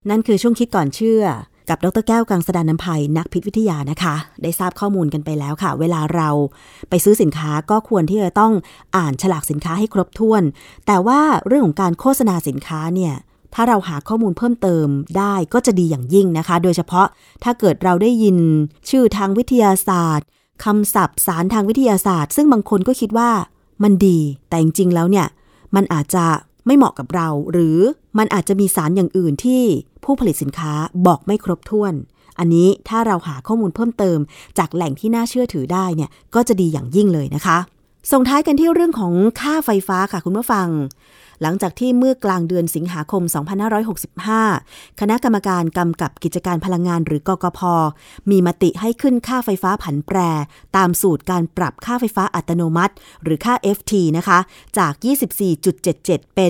Speaker 2: นั่นคือช่วงคิดก่อนเชื่อกับดร.แก้วกังสดาลอำไพนักพิษวิทยานะคะได้ทราบข้อมูลกันไปแล้วค่ะเวลาเราไปซื้อสินค้าก็ควรที่จะต้องอ่านฉลากสินค้าให้ครบถ้วนแต่ว่าเรื่องของการโฆษณาสินค้าเนี่ยถ้าเราหาข้อมูลเพิ่มเติมได้ก็จะดีอย่างยิ่งนะคะโดยเฉพาะถ้าเกิดเราได้ยินชื่อทางวิทยาศาสตร์คำศัพท์สารทางวิทยาศาสตร์ซึ่งบางคนก็คิดว่ามันดีแต่จริงๆแล้วเนี่ยมันอาจจะไม่เหมาะกับเราหรือมันอาจจะมีสารอย่างอื่นที่ผู้ผลิตสินค้าบอกไม่ครบถ้วนอันนี้ถ้าเราหาข้อมูลเพิ่มเติมจากแหล่งที่น่าเชื่อถือได้เนี่ยก็จะดีอย่างยิ่งเลยนะคะส่งท้ายกันที่เรื่องของค่าไฟฟ้าค่ะคุณผู้ฟังหลังจากที่เมื่อกลางเดือนสิงหาคม 2565 คณะกรรมการกำกับกิจการพลังงานหรือกกพ.มีมติให้ขึ้นค่าไฟฟ้าผันแปรตามสูตรการปรับค่าไฟฟ้าอัตโนมัติหรือค่า FT นะคะจาก 24.77 เป็น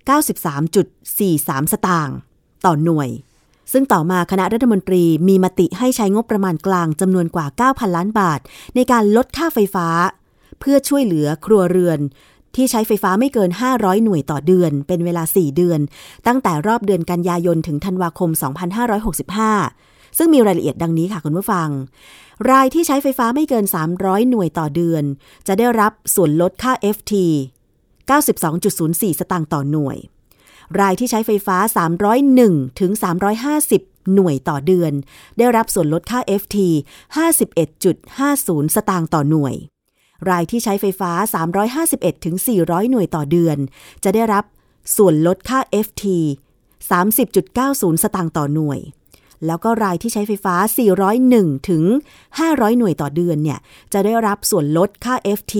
Speaker 2: 93.43 สตางค์ต่อหน่วยซึ่งต่อมาคณะรัฐมนตรีมีมติให้ใช้งบประมาณกลางจำนวนกว่า 9,000 ล้านบาทในการลดค่าไฟฟ้าเพื่อช่วยเหลือครัวเรือนที่ใช้ไฟฟ้าไม่เกิน500หน่วยต่อเดือนเป็นเวลา4เดือนตั้งแต่รอบเดือนกันยายนถึงธันวาคม 2565 ซึ่งมีรายละเอียดดังนี้ค่ะคุณผู้ฟังรายที่ใช้ไฟฟ้าไม่เกิน300หน่วยต่อเดือนจะได้รับส่วนลดค่า FT 92.04 สตางค์ต่อหน่วยรายที่ใช้ไฟฟ้า301ถึง350หน่วยต่อเดือนได้รับส่วนลดค่า FT 51.50 สตางค์ต่อหน่วยรายที่ใช้ไฟฟ้า351ถึง400หน่วยต่อเดือนจะได้รับส่วนลดค่า FT 30.90 สตางค์ต่อหน่วยแล้วก็รายที่ใช้ไฟฟ้า401ถึง500หน่วยต่อเดือนเนี่ยจะได้รับส่วนลดค่า FT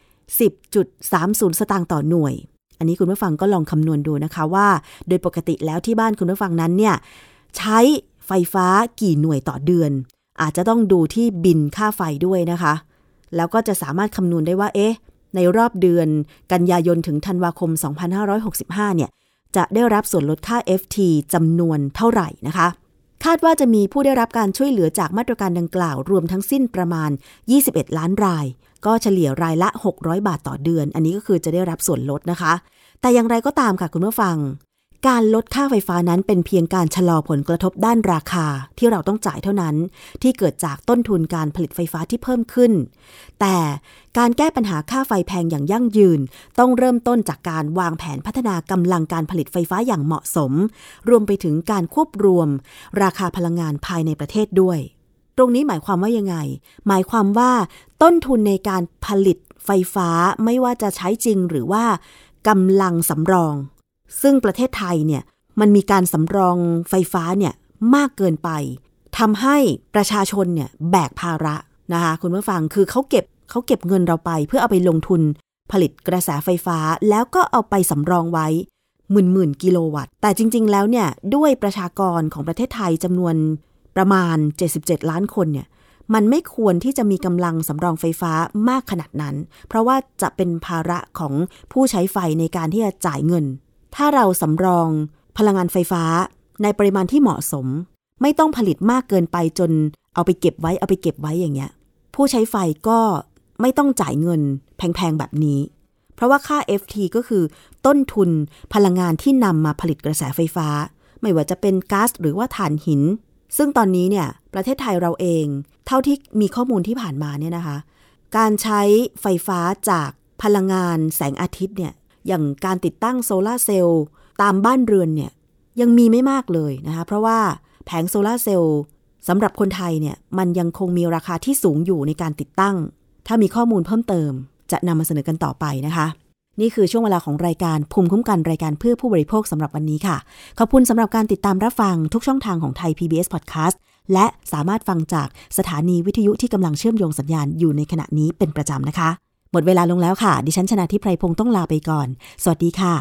Speaker 2: 10.30 สตางค์ต่อหน่วยอันนี้คุณผู้ฟังก็ลองคำนวณดูนะคะว่าโดยปกติแล้วที่บ้านคุณผู้ฟังนั้นเนี่ยใช้ไฟฟ้ากี่หน่วยต่อเดือนอาจจะต้องดูที่บิลค่าไฟด้วยนะคะแล้วก็จะสามารถคำนวณได้ว่าในรอบเดือนกันยายนถึงธันวาคม 2565 เนี่ยจะได้รับส่วนลดค่า FT จำนวนเท่าไหร่นะคะคาดว่าจะมีผู้ได้รับการช่วยเหลือจากมาตรการดังกล่าวรวมทั้งสิ้นประมาณ21ล้านรายก็เฉลี่ยรายละ600บาทต่อเดือนอันนี้ก็คือจะได้รับส่วนลดนะคะแต่อย่างไรก็ตามค่ะคุณผู้ฟังการลดค่าไฟฟ้านั้นเป็นเพียงการชะลอผลกระทบด้านราคาที่เราต้องจ่ายเท่านั้นที่เกิดจากต้นทุนการผลิตไฟฟ้าที่เพิ่มขึ้นแต่การแก้ปัญหาค่าไฟแพงอย่างยั่งยืนต้องเริ่มต้นจากการวางแผนพัฒนากำลังการผลิตไฟฟ้าอย่างเหมาะสมรวมไปถึงการควบรวมราคาพลังงานภายในประเทศด้วยตรงนี้หมายความว่ายังไงหมายความว่าต้นทุนในการผลิตไฟฟ้าไม่ว่าจะใช้จริงหรือว่ากำลังสำรองซึ่งประเทศไทยเนี่ยมันมีการสำรองไฟฟ้าเนี่ยมากเกินไปทำให้ประชาชนเนี่ยแบกภาระนะคะคุณผู้ฟังคือเขาเก็บเงินเราไปเพื่อเอาไปลงทุนผลิตกระแสไฟฟ้าแล้วก็เอาไปสำรองไว้หมื่นกิโลวัตต์แต่จริงๆแล้วเนี่ยด้วยประชากรของประเทศไทยจำนวนประมาณ77ล้านคนเนี่ยมันไม่ควรที่จะมีกำลังสำรองไฟฟ้ามากขนาดนั้นเพราะว่าจะเป็นภาระของผู้ใช้ไฟในการที่จะจ่ายเงินถ้าเราสำรองพลังงานไฟฟ้าในปริมาณที่เหมาะสมไม่ต้องผลิตมากเกินไปจนเอาไปเก็บไว้อย่างเงี้ยผู้ใช้ไฟก็ไม่ต้องจ่ายเงินแพงๆแบบนี้เพราะว่าค่า FT ก็คือต้นทุนพลังงานที่นำมาผลิตกระแสไฟฟ้าไม่ว่าจะเป็นก๊าซหรือว่าถ่านหินซึ่งตอนนี้เนี่ยประเทศไทยเราเองเท่าที่มีข้อมูลที่ผ่านมาเนี่ยนะคะการใช้ไฟฟ้าจากพลังงานแสงอาทิตย์เนี่ยอย่างการติดตั้งโซลาร์เซลล์ตามบ้านเรือนเนี่ยยังมีไม่มากเลยนะคะเพราะว่าแผงโซลาร์เซลล์สำหรับคนไทยเนี่ยมันยังคงมีราคาที่สูงอยู่ในการติดตั้งถ้ามีข้อมูลเพิ่มเติมจะนำมาเสนอกันต่อไปนะคะนี่คือช่วงเวลาของรายการภูมิคุ้มกันรายการเพื่อผู้บริโภคสำหรับวันนี้ค่ะขอบคุณสำหรับการติดตามรับฟังทุกช่องทางของไทย PBS Podcast และสามารถฟังจากสถานีวิทยุที่กำลังเชื่อมโยงสัญญาณอยู่ในขณะนี้เป็นประจำนะคะหมดเวลาลงแล้วค่ะดิฉันชนาธิป ไพรพงศ์ต้องลาไปก่อนสวัสดีค่ะ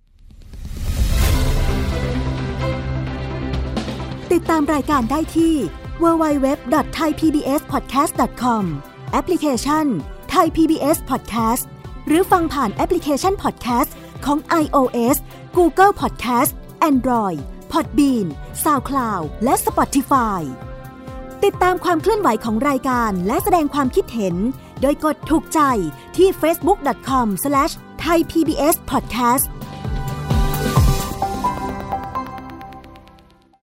Speaker 5: ติดตามรายการได้ที่ www.thaipbspodcast.com แอปพลิเคชัน Thai PBS Podcast หรือฟังผ่านแอปพลิเคชัน Podcast ของ iOS Google Podcast Android Podbean SoundCloud และ Spotify ติดตามความเคลื่อนไหวของรายการและแสดงความคิดเห็นโดยกดถูกใจที่ facebook.com/thaipbspodcast